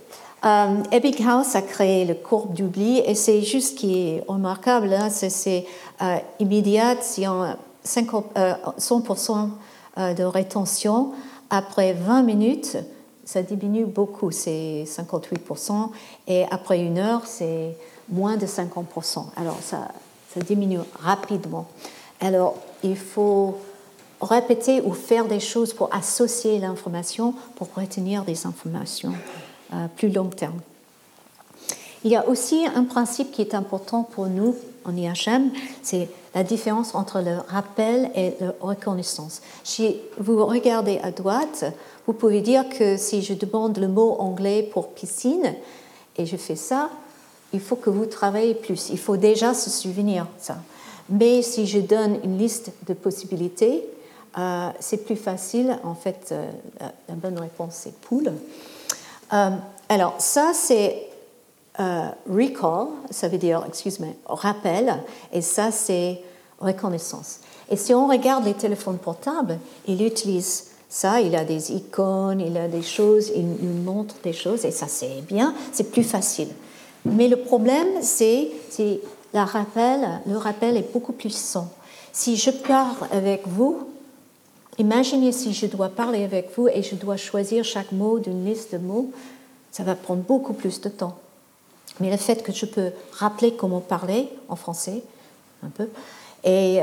Ebbinghaus a créé le courbe d'oubli et c'est juste ce qui est remarquable, hein, c'est immédiat, si on 100% de rétention, après 20 minutes, ça diminue beaucoup, c'est 58%, et après 1 heure, c'est moins de 50%. Alors ça diminue rapidement. Alors il faut répéter ou faire des choses pour associer l'information, pour retenir des informations plus long terme. Il y a aussi un principe qui est important pour nous en IHM, c'est la différence entre le rappel et la reconnaissance. Si vous regardez à droite, vous pouvez dire que si je demande le mot anglais pour piscine et je fais ça, il faut que vous travaillez plus. Il faut déjà se souvenir de ça. Mais si je donne une liste de possibilités, c'est plus facile. En fait, la bonne réponse, c'est poule. Alors, ça, c'est recall, ça veut dire, rappel, et ça, c'est reconnaissance. Et si on regarde les téléphones portables, il utilise ça, il a des icônes, il a des choses, il nous montre des choses, et ça, c'est bien, c'est plus facile. Mais le problème, c'est le rappel est beaucoup plus puissant. Si je parle avec vous, imaginez si je dois parler avec vous et je dois choisir chaque mot d'une liste de mots, ça va prendre beaucoup plus de temps. Mais le fait que je peux rappeler comment parler en français, un peu, et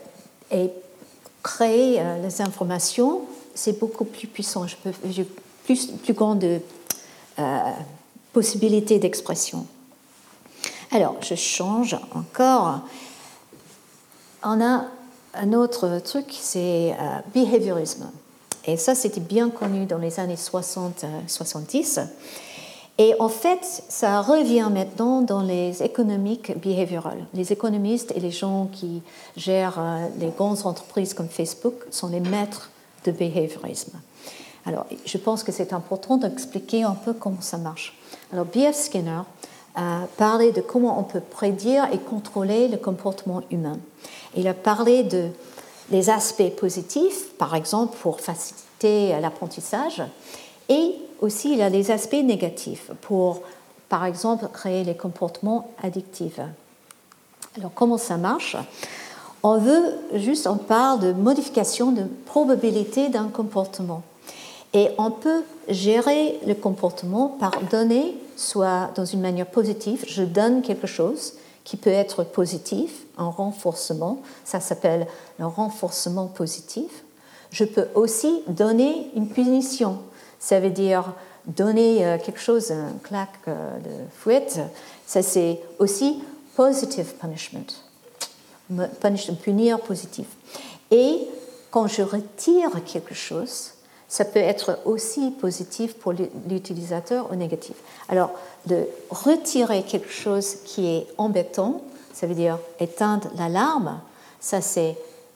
créer les informations, c'est beaucoup plus puissant. J'ai plus grande possibilité d'expression. Alors, je change encore. On a un autre truc, c'est behaviorisme. Et ça, c'était bien connu dans les années 60-70. Et en fait, ça revient maintenant dans les économiques behaviorales. Les économistes et les gens qui gèrent les grandes entreprises comme Facebook sont les maîtres de behaviorisme. Alors, je pense que c'est important d'expliquer un peu comment ça marche. Alors, B.F. Skinner a parlé de comment on peut prédire et contrôler le comportement humain. Il a parlé des aspects positifs, par exemple, pour faciliter l'apprentissage, et aussi, il y a des aspects négatifs pour, par exemple, créer les comportements addictifs. Alors, comment ça marche ? On parle de modification de probabilité d'un comportement. Et on peut gérer le comportement par donner, soit dans une manière positive, je donne quelque chose qui peut être positif, un renforcement, ça s'appelle le renforcement positif. Je peux aussi donner une punition. Ça veut dire donner quelque chose, un claque de fouette, ça c'est aussi positive punishment, punir positif. Et quand je retire quelque chose, ça peut être aussi positif pour l'utilisateur ou négatif. Alors, de retirer quelque chose qui est embêtant, ça veut dire éteindre l'alarme, ça c'est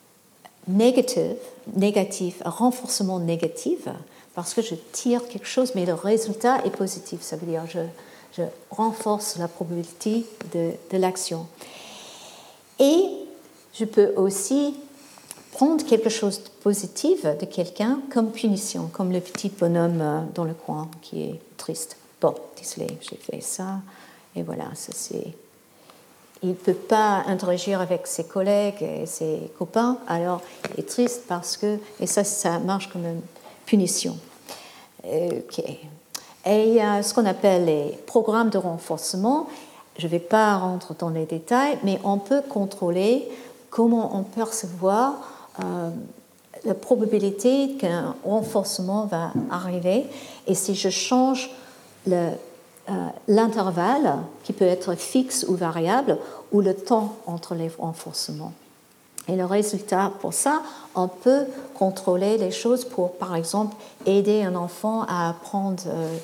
négatif, renforcement négatif, parce que je tire quelque chose, mais le résultat est positif. Ça veut dire je renforce la probabilité de l'action. Et je peux aussi prendre quelque chose de positif de quelqu'un comme punition, comme le petit bonhomme dans le coin qui est triste. Bon, désolé, j'ai fait ça, et voilà, ça c'est... Il ne peut pas interagir avec ses collègues et ses copains, alors il est triste parce que... Et ça marche comme une punition. OK. Et il y a ce qu'on appelle les programmes de renforcement. Je ne vais pas rentrer dans les détails, mais on peut contrôler comment on perçoit la probabilité qu'un renforcement va arriver. Et si je change l'intervalle, qui peut être fixe ou variable, ou le temps entre les renforcements. Et le résultat, pour ça, on peut contrôler les choses pour, par exemple, aider un enfant à apprendre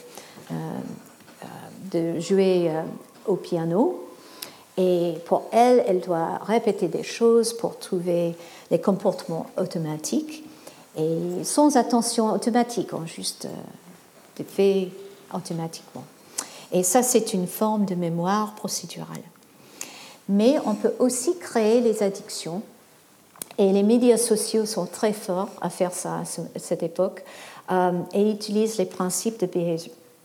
de jouer au piano. Et pour elle, elle doit répéter des choses pour trouver les comportements automatiques. Et sans attention automatique, on juste des faits automatiquement. Et ça, c'est une forme de mémoire procédurale. Mais on peut aussi créer les addictions. Et les médias sociaux sont très forts à faire ça à cette époque et utilisent les principes de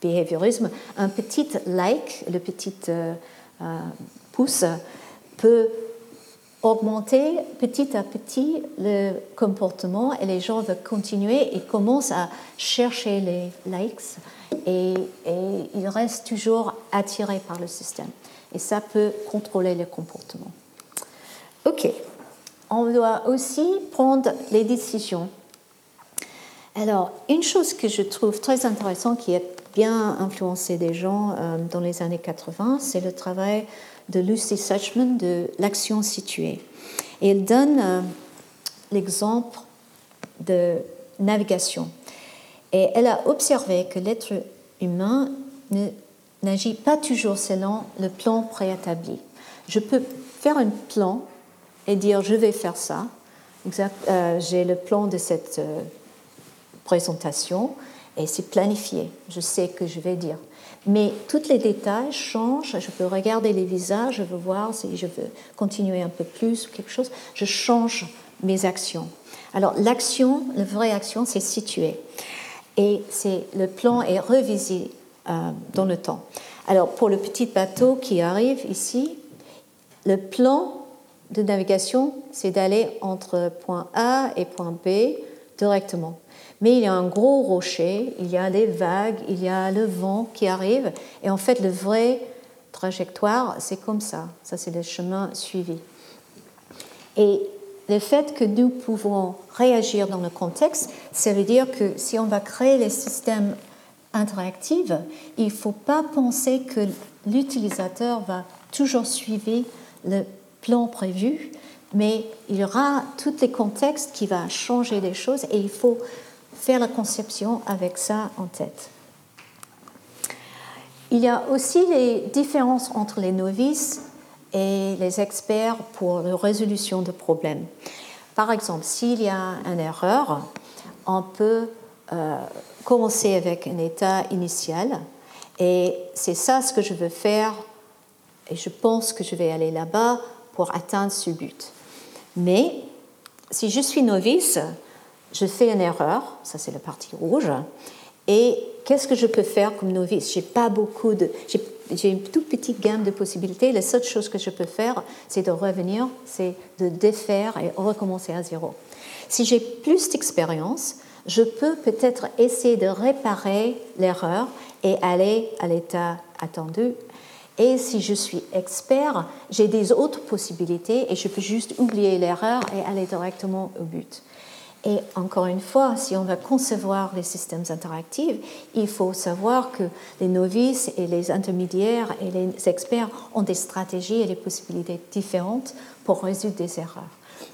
behaviorisme, un petit like, le petit pouce, peut augmenter petit à petit le comportement et les gens veulent continuer et commencent à chercher les likes et ils restent toujours attirés par le système. Et ça peut contrôler le comportement. OK. On doit aussi prendre les décisions. Alors, une chose que je trouve très intéressante qui a bien influencé des gens dans les années 80, c'est le travail de Lucy Suchman de l'action située. Et elle donne l'exemple de navigation. Et elle a observé que l'être humain n'agit pas toujours selon le plan préétabli. Je peux faire un plan et dire je vais faire ça. J'ai le plan de cette présentation et c'est planifié. Je sais ce que je vais dire. Mais tous les détails changent. Je peux regarder les visages, je veux voir si je veux continuer un peu plus ou quelque chose. Je change mes actions. Alors l'action, la vraie action, c'est situer. Et le plan est revisé dans le temps. Alors pour le petit bateau qui arrive ici, le plan de navigation, c'est d'aller entre point A et point B directement. Mais il y a un gros rocher, il y a des vagues, il y a le vent qui arrive. Et en fait, le vrai trajectoire, c'est comme ça. Ça, c'est le chemin suivi. Et le fait que nous pouvons réagir dans le contexte, ça veut dire que si on va créer les systèmes interactifs, il ne faut pas penser que l'utilisateur va toujours suivre le plan prévu, mais il y aura tous les contextes qui vont changer les choses et il faut faire la conception avec ça en tête. Il y a aussi les différences entre les novices et les experts pour la résolution de problèmes. Par exemple, s'il y a une erreur, on peut commencer avec un état initial et c'est ça ce que je veux faire et je pense que je vais aller là-bas pour atteindre ce but. Mais si je suis novice, je fais une erreur, ça c'est la partie rouge, et qu'est-ce que je peux faire comme novice? J'ai une toute petite gamme de possibilités. La seule chose que je peux faire, c'est de revenir, c'est de défaire et recommencer à zéro. Si j'ai plus d'expérience, je peux peut-être essayer de réparer l'erreur et aller à l'état attendu. Et si je suis expert, j'ai des autres possibilités et je peux juste oublier l'erreur et aller directement au but. Et encore une fois, si on va concevoir les systèmes interactifs, il faut savoir que les novices et les intermédiaires et les experts ont des stratégies et des possibilités différentes pour résoudre des erreurs.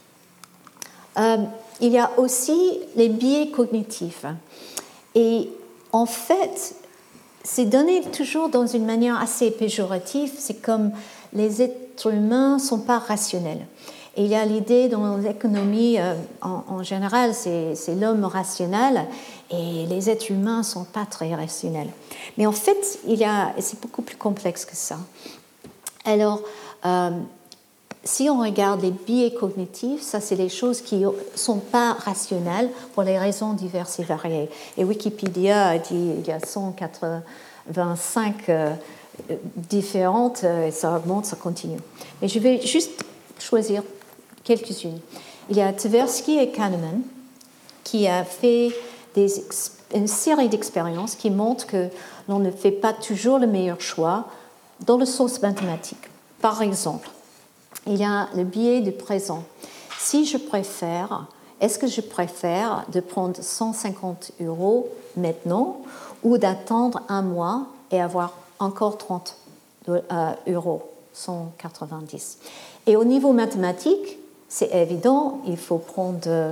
Il y a aussi les biais cognitifs. Et en fait, c'est donné toujours dans une manière assez péjorative. C'est comme les êtres humains ne sont pas rationnels. Et il y a l'idée dans l'économie, en général, c'est l'homme rationnel et les êtres humains ne sont pas très rationnels. Mais en fait, c'est beaucoup plus complexe que ça. Alors, si on regarde les biais cognitifs, ça c'est les choses qui ne sont pas rationnelles pour les raisons diverses et variées. Et Wikipédia a dit qu'il y a 185 différentes, et ça augmente, ça continue. Mais je vais juste choisir quelques-unes. Il y a Tversky et Kahneman qui a fait une série d'expériences qui montrent que l'on ne fait pas toujours le meilleur choix dans le sens mathématique. Par exemple, il y a le biais du présent. Est-ce que je préfère de prendre 150 € maintenant ou d'attendre un mois et avoir encore 30 €, 190. Et au niveau mathématique, c'est évident, il faut prendre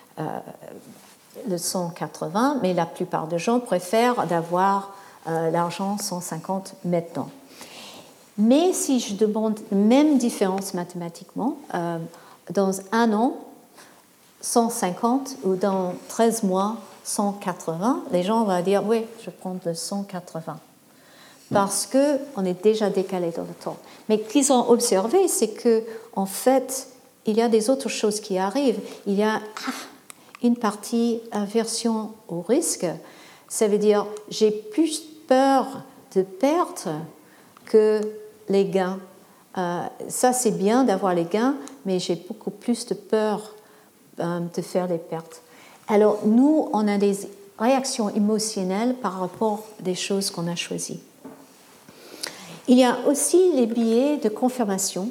le 180, mais la plupart des gens préfèrent d'avoir l'argent 150 maintenant. Mais si je demande la même différence mathématiquement, dans un an, 150 ou dans 13 mois, 180, les gens vont dire oui, je vais prendre le 180. Parce qu'on est déjà décalé dans le temps. Mais ce qu'ils ont observé, c'est qu'en fait, il y a des autres choses qui arrivent. Il y a une partie aversion au risque. Ça veut dire j'ai plus peur de perte que les gains. Ça, c'est bien d'avoir les gains, mais j'ai beaucoup plus de peur de faire des pertes. Alors, nous, on a des réactions émotionnelles par rapport aux choses qu'on a choisies. Il y a aussi les biais de confirmation.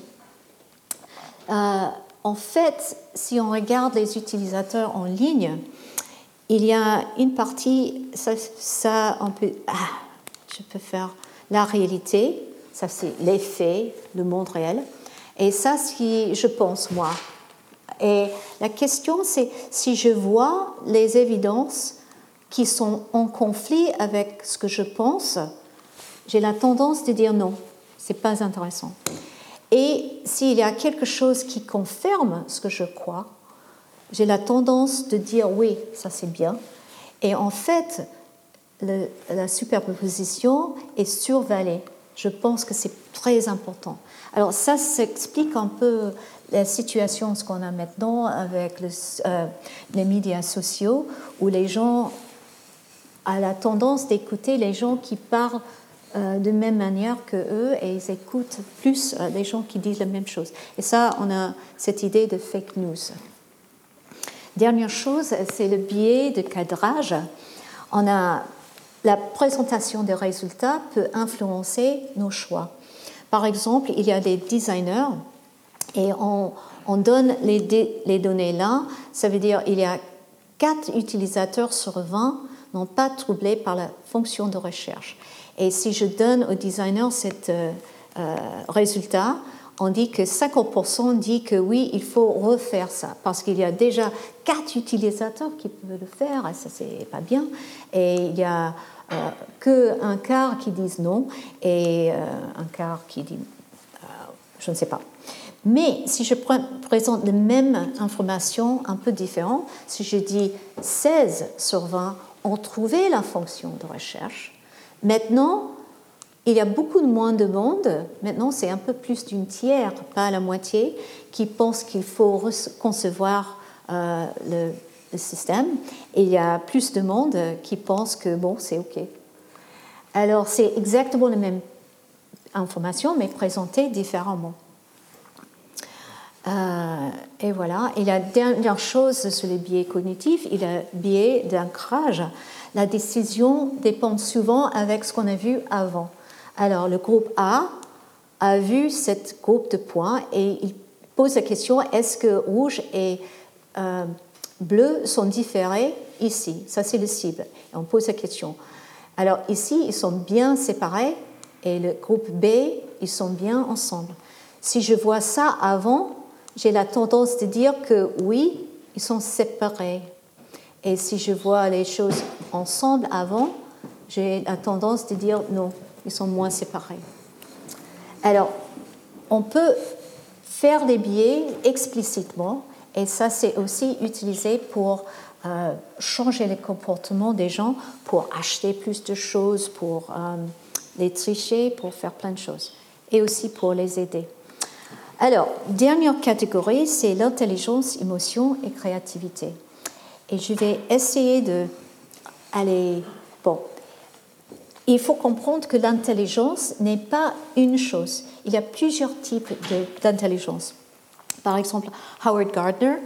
En fait, si on regarde les utilisateurs en ligne, il y a une partie, ça on peut, je peux faire la réalité, ça c'est les faits, le monde réel, et ça c'est ce que je pense moi. Et la question c'est si je vois les évidences qui sont en conflit avec ce que je pense, j'ai la tendance de dire non, c'est pas intéressant. Et s'il y a quelque chose qui confirme ce que je crois, j'ai la tendance de dire oui, ça c'est bien. Et en fait, la superposition est survalée. Je pense que c'est très important. Alors ça s'explique un peu la situation, ce qu'on a maintenant avec les médias sociaux, où les gens ont la tendance d'écouter les gens qui parlent de même manière que eux, et ils écoutent plus les gens qui disent la même chose. Et ça, on a cette idée de fake news. Dernière chose, c'est le biais de cadrage. On a la présentation des résultats peut influencer nos choix. Par exemple, il y a des designers et on donne les données là. Ça veut dire qu'il y a 4 utilisateurs sur 20 n'ont pas troublé par la fonction de recherche. Et si je donne aux designers cet résultat, on dit que 50% dit que oui, il faut refaire ça, parce qu'il y a déjà 4 utilisateurs qui peuvent le faire, et ça, c'est pas bien. Et il y a qu'un quart qui disent non, et un quart qui dit je ne sais pas. Mais si je présente les mêmes informations un peu différentes, si je dis 16 sur 20 ont trouvé la fonction de recherche, maintenant, il y a beaucoup moins de monde, maintenant c'est un peu plus d'une tiers, pas la moitié, qui pense qu'il faut concevoir le système. Et il y a plus de monde qui pense que bon, c'est OK. Alors c'est exactement la même information, mais présentée différemment. Et voilà. Et la dernière chose sur les biais cognitifs, il y a le biais d'ancrage. La décision dépend souvent avec ce qu'on a vu avant. Alors, le groupe A a vu cette groupe de points et il pose la question, est-ce que rouge et bleu sont différés ici? Ça, c'est le cible. Et on pose la question. Alors, ici, ils sont bien séparés et le groupe B, ils sont bien ensemble. Si je vois ça avant, j'ai la tendance de dire que oui, ils sont séparés. Et si je vois les choses ensemble avant, j'ai la tendance de dire non, ils sont moins séparés. Alors, on peut faire des biais explicitement, et ça, c'est aussi utilisé pour changer le comportement des gens, pour acheter plus de choses, pour les tricher, pour faire plein de choses, et aussi pour les aider. Alors, dernière catégorie, c'est l'intelligence, émotion et créativité. Et je vais essayer d'aller... Bon, il faut comprendre que l'intelligence n'est pas une chose. Il y a plusieurs types d'intelligence. Par exemple, Howard Gardner,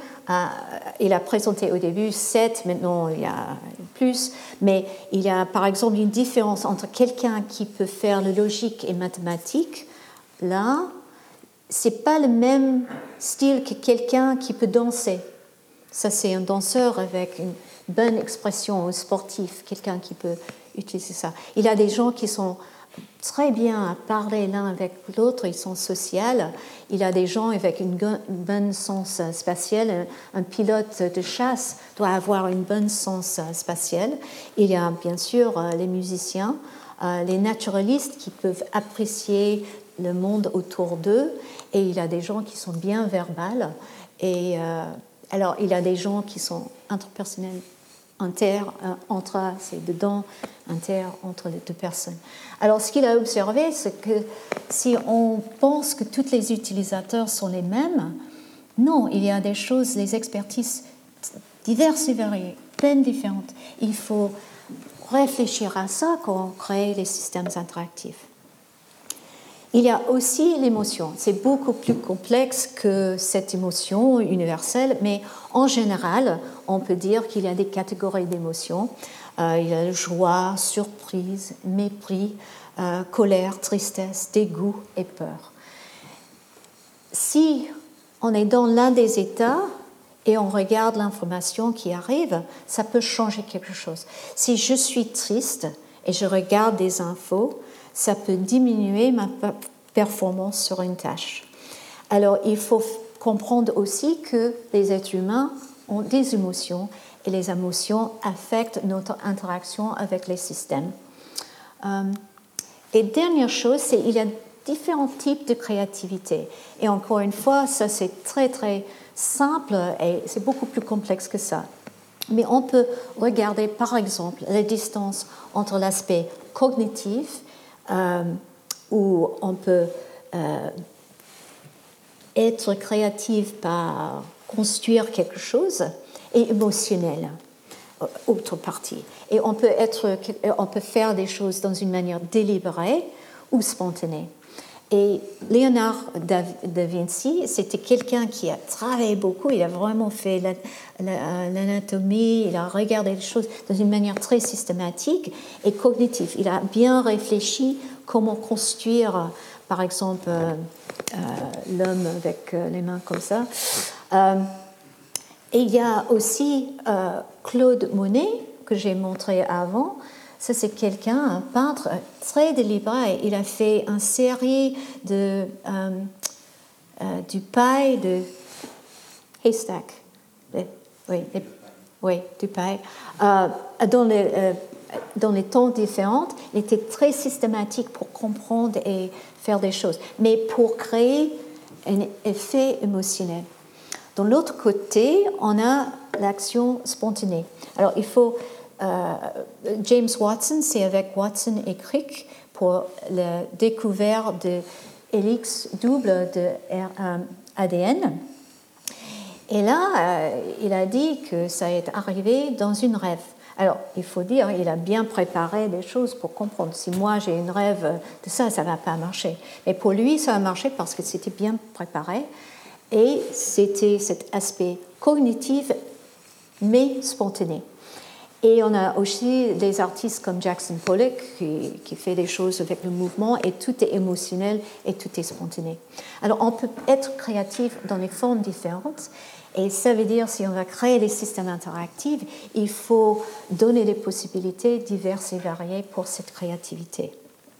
il a présenté au début 7, maintenant il y a plus, mais il y a par exemple une différence entre quelqu'un qui peut faire la logique et mathématiques, là, c'est pas le même style que quelqu'un qui peut danser. Ça, c'est un danseur avec une bonne expression, un sportif, quelqu'un qui peut utiliser ça. Il y a des gens qui sont très bien à parler l'un avec l'autre, ils sont sociaux. Il y a des gens avec une bonne sens spatial. Un pilote de chasse doit avoir une bonne sens spatial. Il y a bien sûr les musiciens, les naturalistes qui peuvent apprécier le monde autour d'eux, et il y a des gens qui sont bien verbales, et alors il y a des gens qui sont interpersonnels, entre, c'est dedans, entre les deux personnes. Alors ce qu'il a observé, c'est que si on pense que tous les utilisateurs sont les mêmes, non, il y a des choses, des expertises diverses et variées, pleines différentes. Il faut réfléchir à ça quand on crée les systèmes interactifs. Il y a aussi l'émotion. C'est beaucoup plus complexe que cette émotion universelle, mais en général, on peut dire qu'il y a des catégories d'émotions. Il y a joie, surprise, mépris, colère, tristesse, dégoût et peur. Si on est dans l'un des états et on regarde l'information qui arrive, ça peut changer quelque chose. Si je suis triste et je regarde des infos, ça peut diminuer ma performance sur une tâche. Alors, il faut comprendre aussi que les êtres humains ont des émotions et les émotions affectent notre interaction avec les systèmes. Et dernière chose, c'est qu'il y a différents types de créativité. Et encore une fois, ça c'est très très simple et c'est beaucoup plus complexe que ça. Mais on peut regarder par exemple la distance entre l'aspect cognitif, où on peut être créatif par construire quelque chose, et émotionnel, autre partie. Et on peut faire des choses dans une manière délibérée ou spontanée. Et Léonard da Vinci, c'était quelqu'un qui a travaillé beaucoup, il a vraiment fait l'anatomie, il a regardé les choses dans une manière très systématique et cognitive. Il a bien réfléchi comment construire, par exemple, l'homme avec les mains comme ça. Et il y a aussi Claude Monet, que j'ai montré avant. Ça, c'est quelqu'un, un peintre très délibéré. Il a fait une série du paille de haystack. Oui, du paille. Dans les temps différents, il était très systématique pour comprendre et faire des choses, mais pour créer un effet émotionnel. De l'autre côté, on a l'action spontanée. Alors, il faut... James Watson, c'est avec Watson et Crick pour la découverte de l'hélix double de ADN. Et là, il a dit que ça est arrivé dans une rêve. Alors, il faut dire, il a bien préparé les choses pour comprendre. Si moi j'ai une rêve de ça, ça ne va pas marcher. Mais pour lui, ça a marché parce que c'était bien préparé. Et c'était cet aspect cognitif, mais spontané. Et on a aussi des artistes comme Jackson Pollock qui fait des choses avec le mouvement et tout est émotionnel et tout est spontané. Alors on peut être créatif dans des formes différentes et ça veut dire si on va créer des systèmes interactifs, il faut donner des possibilités diverses et variées pour cette créativité.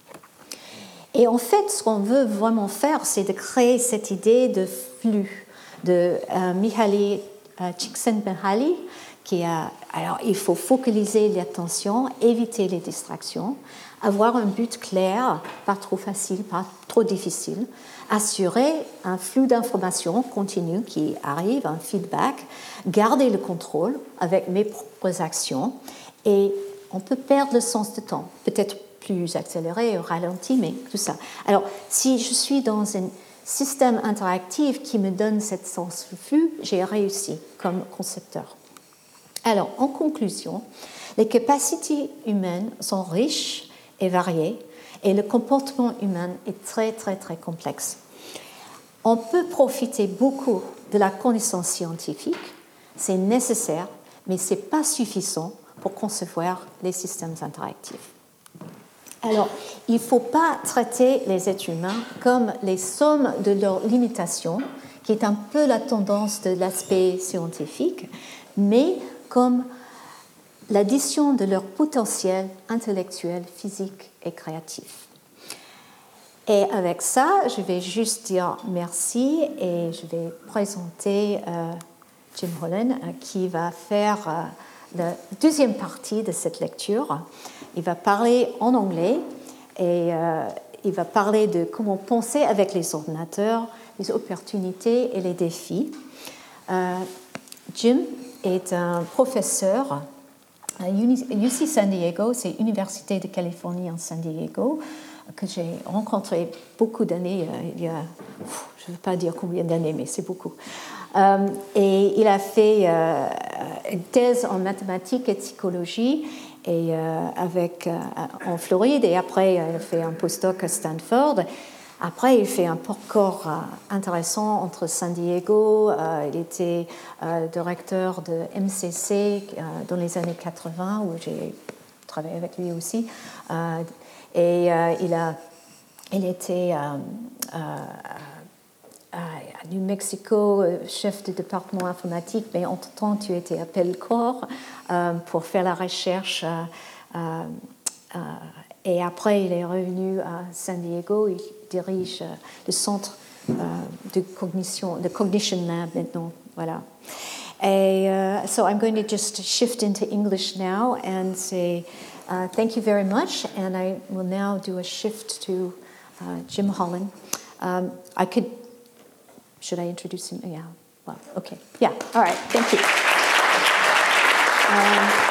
Et en fait, ce qu'on veut vraiment faire, c'est de créer cette idée de flux de Mihaly Csikszentmihalyi. Alors, il faut focaliser l'attention, éviter les distractions, avoir un but clair, pas trop facile, pas trop difficile, assurer un flux d'informations continu qui arrive, un feedback, garder le contrôle avec mes propres actions et on peut perdre le sens de temps, peut-être plus accéléré ou ralenti, mais tout ça. Alors, si je suis dans un système interactif qui me donne cette sens de flux, j'ai réussi comme concepteur. Alors, en conclusion, les capacités humaines sont riches et variées et le comportement humain est très, très, très complexe. On peut profiter beaucoup de la connaissance scientifique, c'est nécessaire, mais ce n'est pas suffisant pour concevoir les systèmes interactifs. Alors, il ne faut pas traiter les êtres humains comme les sommes de leurs limitations, qui est un peu la tendance de l'aspect scientifique, mais comme l'addition de leur potentiel intellectuel, physique et créatif. Et avec ça, je vais juste dire merci et je vais présenter Jim Holland qui va faire la deuxième partie de cette lecture. Il va parler en anglais et il va parler de comment penser avec les ordinateurs, les opportunités et les défis. Jim est un professeur à UC San Diego, c'est l'Université de Californie en San Diego, que j'ai rencontré beaucoup d'années, il y a, je ne veux pas dire combien d'années, mais c'est beaucoup. Et il a fait une thèse en mathématiques et psychologie, en Floride, et après il a fait un postdoc à Stanford. Après, il fait un parcours intéressant entre San Diego, il était directeur de MCC dans les années 80, où j'ai travaillé avec lui aussi, et il était à New Mexico, chef du département informatique, mais entre-temps, tu étais à Pelcor pour faire la recherche. Et après, il est revenu à San Diego, il dirige le centre de Cognition Lab maintenant. Voilà. So I'm going to just shift into English now and say thank you very much, and I will now do a shift to Jim Holland. Should I introduce him? Yeah. Well, okay. Yeah. All right. Thank you.